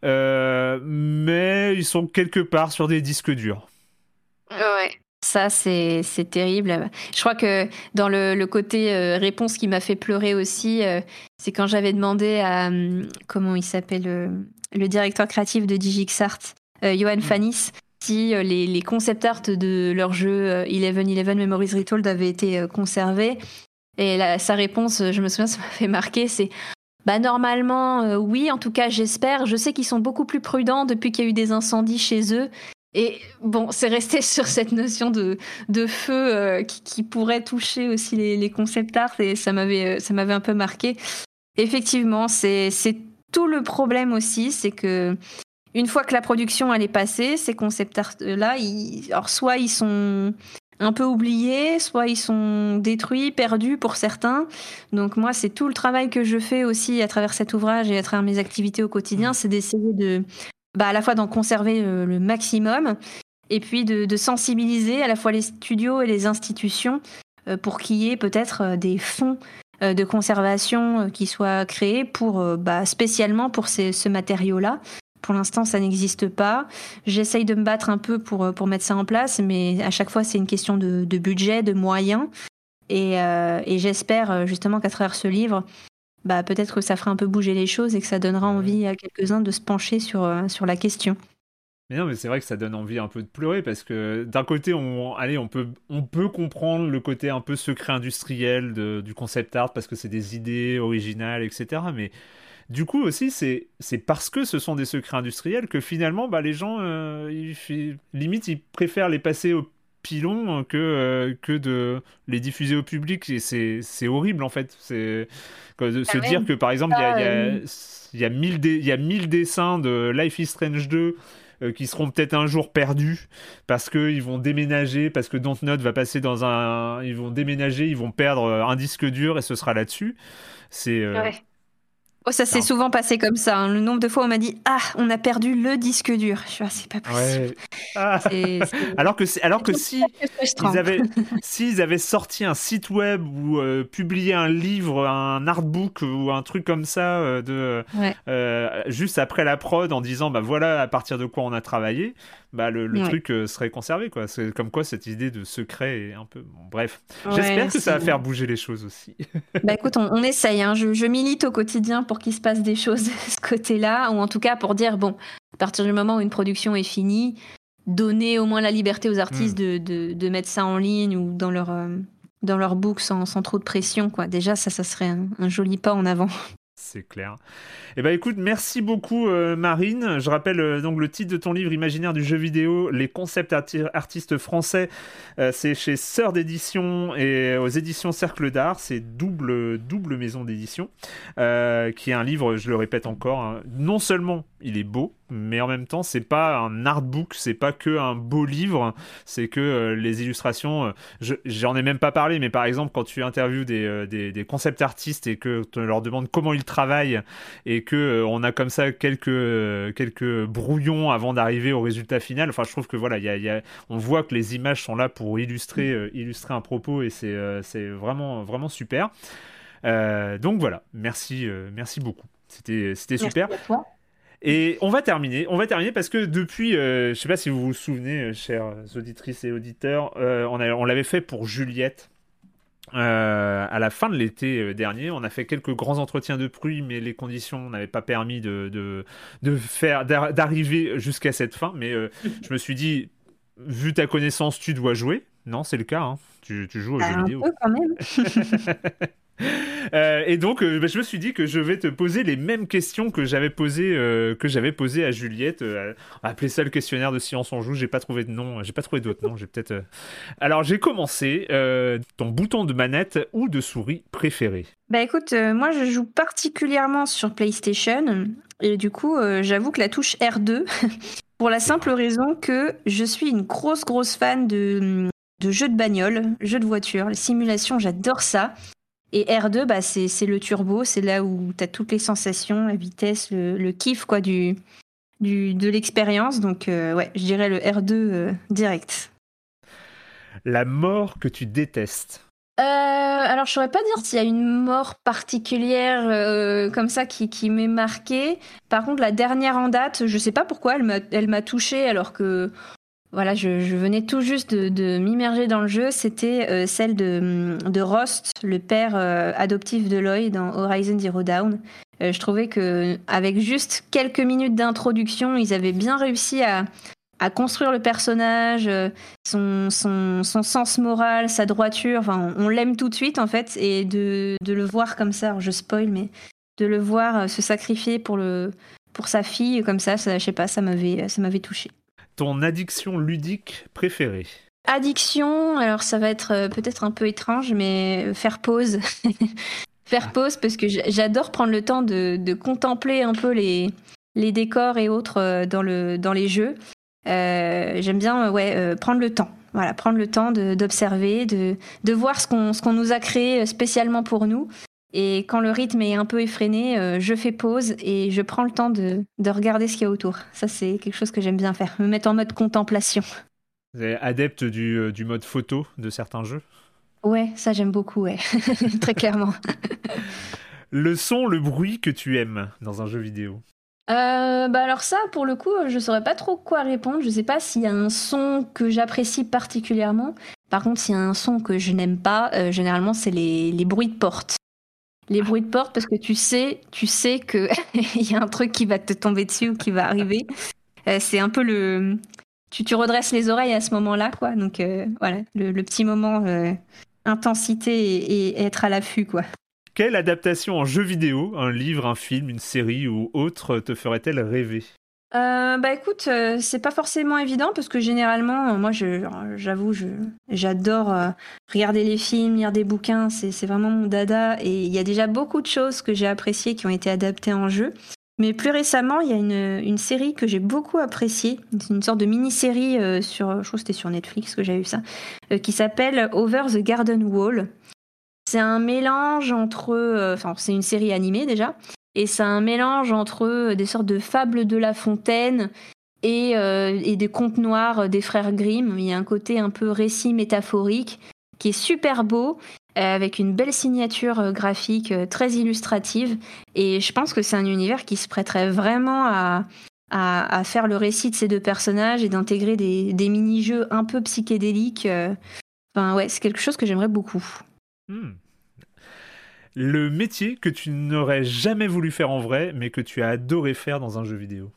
euh, mais ils sont quelque part sur des disques durs. Ouais. Ça, c'est, c'est terrible. Je crois que dans le, le côté euh, réponse qui m'a fait pleurer aussi, euh, c'est quand j'avais demandé à, euh, comment il s'appelle, euh, le directeur créatif de DigixArt, euh, Johan mmh. Fanis, si euh, les, les concept art de leur jeu euh, Eleven Eleven Memories Retold avaient été euh, conservés. Et la, sa réponse, je me souviens, ça m'a fait marquer, c'est bah normalement, euh, oui, en tout cas, j'espère. Je sais qu'ils sont beaucoup plus prudents depuis qu'il y a eu des incendies chez eux. Et bon, c'est resté sur cette notion de, de feu euh, qui, qui pourrait toucher aussi les, les concept art, et ça m'avait, ça m'avait un peu marqué. Effectivement, c'est, c'est tout le problème aussi, c'est que une fois que la production elle est passée, ces concept art-là, ils, alors soit ils sont un peu oubliés, soit ils sont détruits, perdus pour certains. Donc moi, c'est tout le travail que je fais aussi à travers cet ouvrage et à travers mes activités au quotidien, c'est d'essayer de... Bah, à la fois d'en conserver le, le maximum et puis de, de sensibiliser à la fois les studios et les institutions euh, pour qu'il y ait peut-être euh, des fonds euh, de conservation euh, qui soient créés pour, euh, bah, spécialement pour ces, ce matériau-là. Pour l'instant, ça n'existe pas. J'essaye de me battre un peu pour, pour mettre ça en place, mais à chaque fois, c'est une question de, de budget, de moyens. Et, euh, et j'espère justement qu'à travers ce livre, bah, peut-être que ça fera un peu bouger les choses et que ça donnera envie à quelques-uns de se pencher sur, euh, sur la question. Mais non, mais c'est vrai que ça donne envie un peu de pleurer parce que d'un côté, on, allez, on peut, on peut comprendre le côté un peu secret industriel de, du concept art parce que c'est des idées originales, et cetera. Mais du coup aussi, c'est, c'est parce que ce sont des secrets industriels que finalement, bah, les gens, euh, ils, limite, ils préfèrent les passer au pilon que, euh, que de les diffuser au public. Et c'est, c'est horrible en fait. C'est de se dire que par exemple, il y a, y a, y a mille dé- y a mille dessins de Life is Strange deux euh, qui seront peut-être un jour perdus parce qu'ils vont déménager, parce que Dontnod va passer dans un... Ils vont déménager, ils vont perdre un disque dur et ce sera là-dessus. C'est... Euh... Ouais. Oh, ça s'est souvent passé comme ça. Hein. Le nombre de fois où on m'a dit « Ah, on a perdu le disque dur ». Je suis ah, c'est pas possible. Ouais. Ah. C'est, c'est... Alors que, alors que si ils avaient, s'ils avaient sorti un site web ou euh, publié un livre, un artbook ou un truc comme ça euh, de, ouais. euh, juste après la prod en disant bah voilà à partir de quoi on a travaillé, bah le, le ouais. truc euh, serait conservé quoi. C'est comme quoi cette idée de secret est un peu bon, bref. Ouais, J'espère que c'est... ça va faire bouger les choses aussi. Bah écoute, on, on essaye. Hein. Je, je milite au quotidien pour qu'il se passe des choses de ce côté-là, ou en tout cas pour dire bon, à partir du moment où une production est finie, donner au moins la liberté aux artistes mmh. de, de, de mettre ça en ligne ou dans leur, euh, dans leur book sans, sans trop de pression, quoi. Déjà, ça, ça serait un, un joli pas en avant. C'est clair. Eh ben écoute, merci beaucoup euh, Marine. Je rappelle euh, donc le titre de ton livre Imaginaire du jeu vidéo, les concepts arti- artistes français. Euh, c'est chez Sœur d'édition et aux éditions Cercle d'Art. C'est double double maison d'édition, euh, qui est un livre, je le répète encore, hein, non seulement il est beau, mais en même temps c'est pas un artbook, c'est pas que un beau livre, c'est que euh, les illustrations, euh, je, j'en ai même pas parlé, mais par exemple quand tu interviews des, euh, des, des concept artistes et que tu leur demandes comment ils travaillent et que euh, on a comme ça quelques euh, quelques brouillons avant d'arriver au résultat final. Enfin, je trouve que voilà, il y a, y a, on voit que les images sont là pour illustrer euh, illustrer un propos et c'est euh, c'est vraiment vraiment super. Euh, donc voilà, merci euh, merci beaucoup. C'était c'était super. Merci à toi. Et on va terminer, on va terminer parce que depuis, euh, je ne sais pas si vous vous souvenez, euh, chères auditrices et auditeurs, euh, on, a, on l'avait fait pour Juliette. Euh, à la fin de l'été dernier, on a fait quelques grands entretiens de prix, mais les conditions n'avaient pas permis de, de, de faire, d'arriver jusqu'à cette fin. Mais euh, je me suis dit, vu ta connaissance, tu dois jouer. Non, c'est le cas, hein. tu, tu joues aux Bah, jeux un vidéo. peu quand même. Euh, et donc, euh, bah, je me suis dit que je vais te poser les mêmes questions que j'avais posées, euh, que j'avais posées à Juliette. Euh, appeler ça le questionnaire de Silence on joue. J'ai pas trouvé de nom. J'ai pas trouvé d'autres noms. J'ai peut-être. Euh... Alors, j'ai commencé. Euh, ton bouton de manette ou de souris préféré? Bah écoute, euh, moi je joue particulièrement sur PlayStation et du coup, euh, j'avoue que la touche R deux, pour la simple raison que je suis une grosse grosse fan de de jeux de bagnole, jeux de voiture, les simulations, j'adore ça. Et R deux, bah, c'est, c'est le turbo, c'est là où tu as toutes les sensations, la vitesse, le, le kiff quoi, du, du, de l'expérience. Donc, euh, ouais, je dirais le R deux euh, direct. La mort que tu détestes? euh, Alors, je ne saurais pas dire s'il y a une mort particulière euh, comme ça qui, qui m'est marquée. Par contre, la dernière en date, je ne sais pas pourquoi, elle m'a, elle m'a touchée alors que... Voilà, je, je venais tout juste de, de m'immerger dans le jeu. C'était euh, celle de, de Rost, le père euh, adoptif de Lloyd dans Horizon Zero Dawn. Euh, je trouvais que avec juste quelques minutes d'introduction, ils avaient bien réussi à, à construire le personnage, euh, son, son, son sens moral, sa droiture. Enfin, on, on l'aime tout de suite en fait, et de, de le voir comme ça. Alors, je spoil, mais de le voir euh, se sacrifier pour le pour sa fille comme ça, ça je sais pas, ça m'avait ça m'avait touchée. Ton addiction ludique préférée? Addiction, alors ça va être euh, peut-être un peu étrange, mais faire pause. faire pause parce que j'adore prendre le temps de, de contempler un peu les, les décors et autres euh, dans, le, dans les jeux. Euh, j'aime bien ouais, euh, prendre le temps. Voilà, prendre le temps de, d'observer, de, de voir ce qu'on, ce qu'on nous a créé spécialement pour nous. Et quand le rythme est un peu effréné, euh, je fais pause et je prends le temps de, de regarder ce qu'il y a autour. Ça, c'est quelque chose que j'aime bien faire, me mettre en mode contemplation. Vous êtes adepte du, euh, du mode photo de certains jeux? Ouais, ça j'aime beaucoup, ouais. Très clairement. Le son, le bruit que tu aimes dans un jeu vidéo? Euh, bah alors ça, pour le coup, je saurais pas trop quoi répondre. Je sais pas s'il y a un son que j'apprécie particulièrement. Par contre, s'il y a un son que je n'aime pas, euh, généralement, c'est les, les bruits de porte. Les bruits de porte, parce que tu sais, tu sais que il y a un truc qui va te tomber dessus ou qui va arriver. Euh, c'est un peu le... Tu, tu redresses les oreilles à ce moment-là, quoi. Donc euh, voilà, le, le petit moment euh, intensité et, et être à l'affût, quoi. Quelle adaptation en jeu vidéo, un livre, un film, une série ou autre, te ferait-elle rêver? Euh, bah écoute, euh, c'est pas forcément évident parce que généralement, euh, moi, je, j'avoue, je, j'adore euh, regarder les films, lire des bouquins, c'est, c'est vraiment mon dada. Et il y a déjà beaucoup de choses que j'ai appréciées qui ont été adaptées en jeu. Mais plus récemment, il y a une, une série que j'ai beaucoup appréciée. C'est une sorte de mini-série euh, sur, je crois que c'était sur Netflix que j'avais vu ça, euh, qui s'appelle Over the Garden Wall. C'est un mélange entre, euh, enfin, c'est une série animée déjà. Et c'est un mélange entre des sortes de fables de La Fontaine et, euh, et des contes noirs des frères Grimm. Il y a un côté un peu récit métaphorique qui est super beau, euh, avec une belle signature euh, graphique euh, très illustrative. Et je pense que c'est un univers qui se prêterait vraiment à, à, à faire le récit de ces deux personnages et d'intégrer des, des mini-jeux un peu psychédéliques. Euh. Enfin ouais, c'est quelque chose que j'aimerais beaucoup. Hmm. Le métier que tu n'aurais jamais voulu faire en vrai, mais que tu as adoré faire dans un jeu vidéo?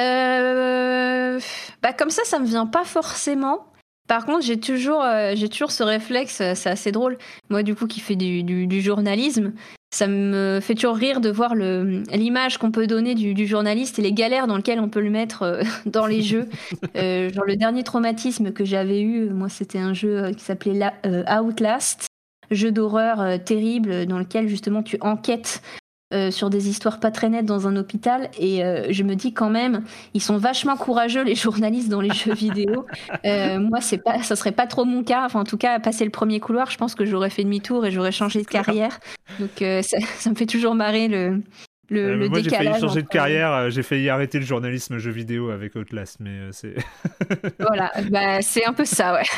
euh, bah Comme ça, ça me vient pas forcément. Par contre, j'ai toujours, euh, j'ai toujours ce réflexe, c'est assez drôle. Moi, du coup, qui fait du, du, du journalisme, ça me fait toujours rire de voir le, l'image qu'on peut donner du, du journaliste et les galères dans lesquelles on peut le mettre euh, dans les jeux. Euh, genre le dernier traumatisme que j'avais eu, moi c'était un jeu qui s'appelait La, euh, Outlast, jeu d'horreur euh, terrible dans lequel justement tu enquêtes Euh, sur des histoires pas très nettes dans un hôpital et euh, je me dis quand même ils sont vachement courageux les journalistes dans les jeux vidéo. Euh, moi c'est pas, ça serait pas trop mon cas, enfin en tout cas passer le premier couloir je pense que j'aurais fait demi-tour et j'aurais changé de carrière, donc euh, ça, ça me fait toujours marrer le, le, euh, le moi, décalage. Moi j'ai failli changer de entre... carrière, euh, j'ai failli arrêter le journalisme jeux vidéo avec Outlast, mais euh, c'est... Voilà, bah, c'est un peu ça, ouais.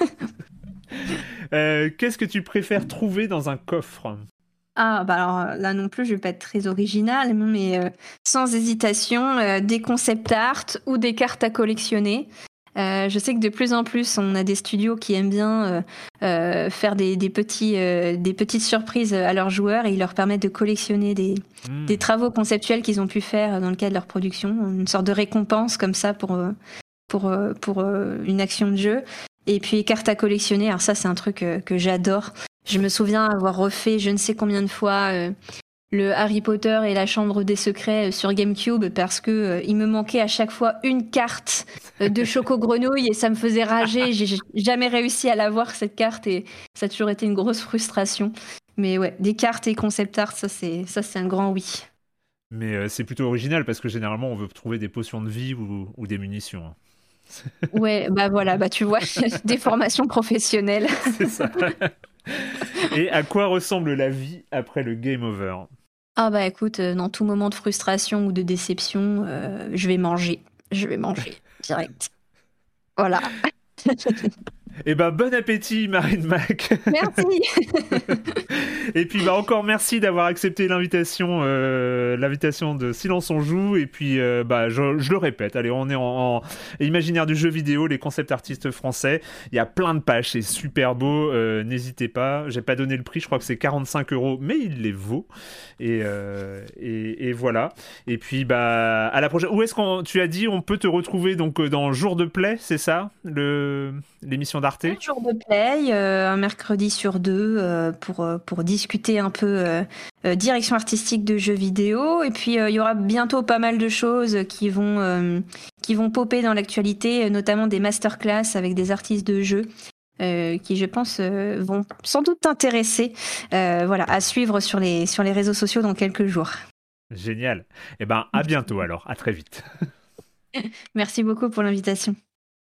euh, qu'est-ce que tu préfères trouver dans un coffre ? Ah, bah alors là non plus, je vais pas être très originale, mais euh, sans hésitation, euh, des concept art ou des cartes à collectionner. Euh, je sais que de plus en plus, on a des studios qui aiment bien euh, euh, faire des, des, petits, euh, des petites surprises à leurs joueurs et ils leur permettent de collectionner des, mmh. des travaux conceptuels qu'ils ont pu faire dans le cadre de leur production. Une sorte de récompense comme ça pour, pour, pour, pour une action de jeu. Et puis, cartes à collectionner, alors ça, c'est un truc euh, que j'adore. Je me souviens avoir refait je ne sais combien de fois euh, le Harry Potter et la Chambre des Secrets euh, sur GameCube parce que euh, il me manquait à chaque fois une carte euh, de Choco Grenouille et ça me faisait rager. J'ai jamais réussi à l'avoir cette carte et ça a toujours été une grosse frustration. Mais ouais, des cartes et concept art, ça c'est ça c'est un grand oui. Mais euh, c'est plutôt original parce que généralement on veut trouver des potions de vie ou, ou des munitions. Ouais, bah voilà, bah tu vois, des formations professionnelles. C'est ça. Et à quoi ressemble la vie après le game over ? Ah bah écoute, euh, dans tout moment de frustration ou de déception, euh, je vais manger. Je vais manger direct. Voilà. Eh ben, bon appétit, Marine Mac. Merci. Et puis, bah, encore merci d'avoir accepté l'invitation, euh, l'invitation de Silence on joue. Et puis, euh, bah, je, je le répète, allez, on est en, en imaginaire du jeu vidéo, les concept artistes français. Il y a plein de pages, c'est super beau. Euh, n'hésitez pas. J'ai pas donné le prix, je crois que c'est quarante-cinq euros, mais il les vaut. Et, euh, et, et voilà. Et puis, bah, à la prochaine. Où est-ce qu'on, tu as dit, on peut te retrouver donc dans Jour de Play, c'est ça, le, l'émission d'Arte? Un jour de play, euh, un mercredi sur deux, euh, pour, pour discuter un peu euh, euh, direction artistique de jeux vidéo. Et puis, euh, il y aura bientôt pas mal de choses qui vont, euh, qui vont popper dans l'actualité, notamment des masterclass avec des artistes de jeux. Euh, qui, je pense, euh, vont sans doute t'intéresser. Euh, voilà, à suivre sur les, sur les réseaux sociaux dans quelques jours. Génial. Eh ben, à bientôt alors. À très vite. Merci beaucoup pour l'invitation.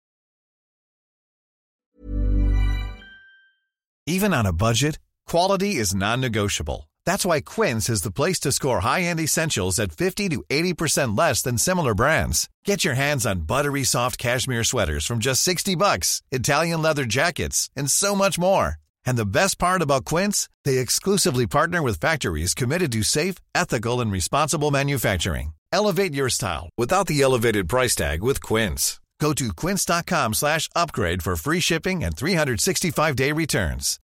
Even on a budget, quality is non-negotiable. That's why Quince is the place to score high-end essentials at fifty to eighty percent less than similar brands. Get your hands on buttery soft cashmere sweaters from just sixty bucks, Italian leather jackets, and so much more. And the best part about Quince, they exclusively partner with factories committed to safe, ethical, and responsible manufacturing. Elevate your style without the elevated price tag with Quince. Go to quince.com slash upgrade for free shipping and three sixty-five day returns.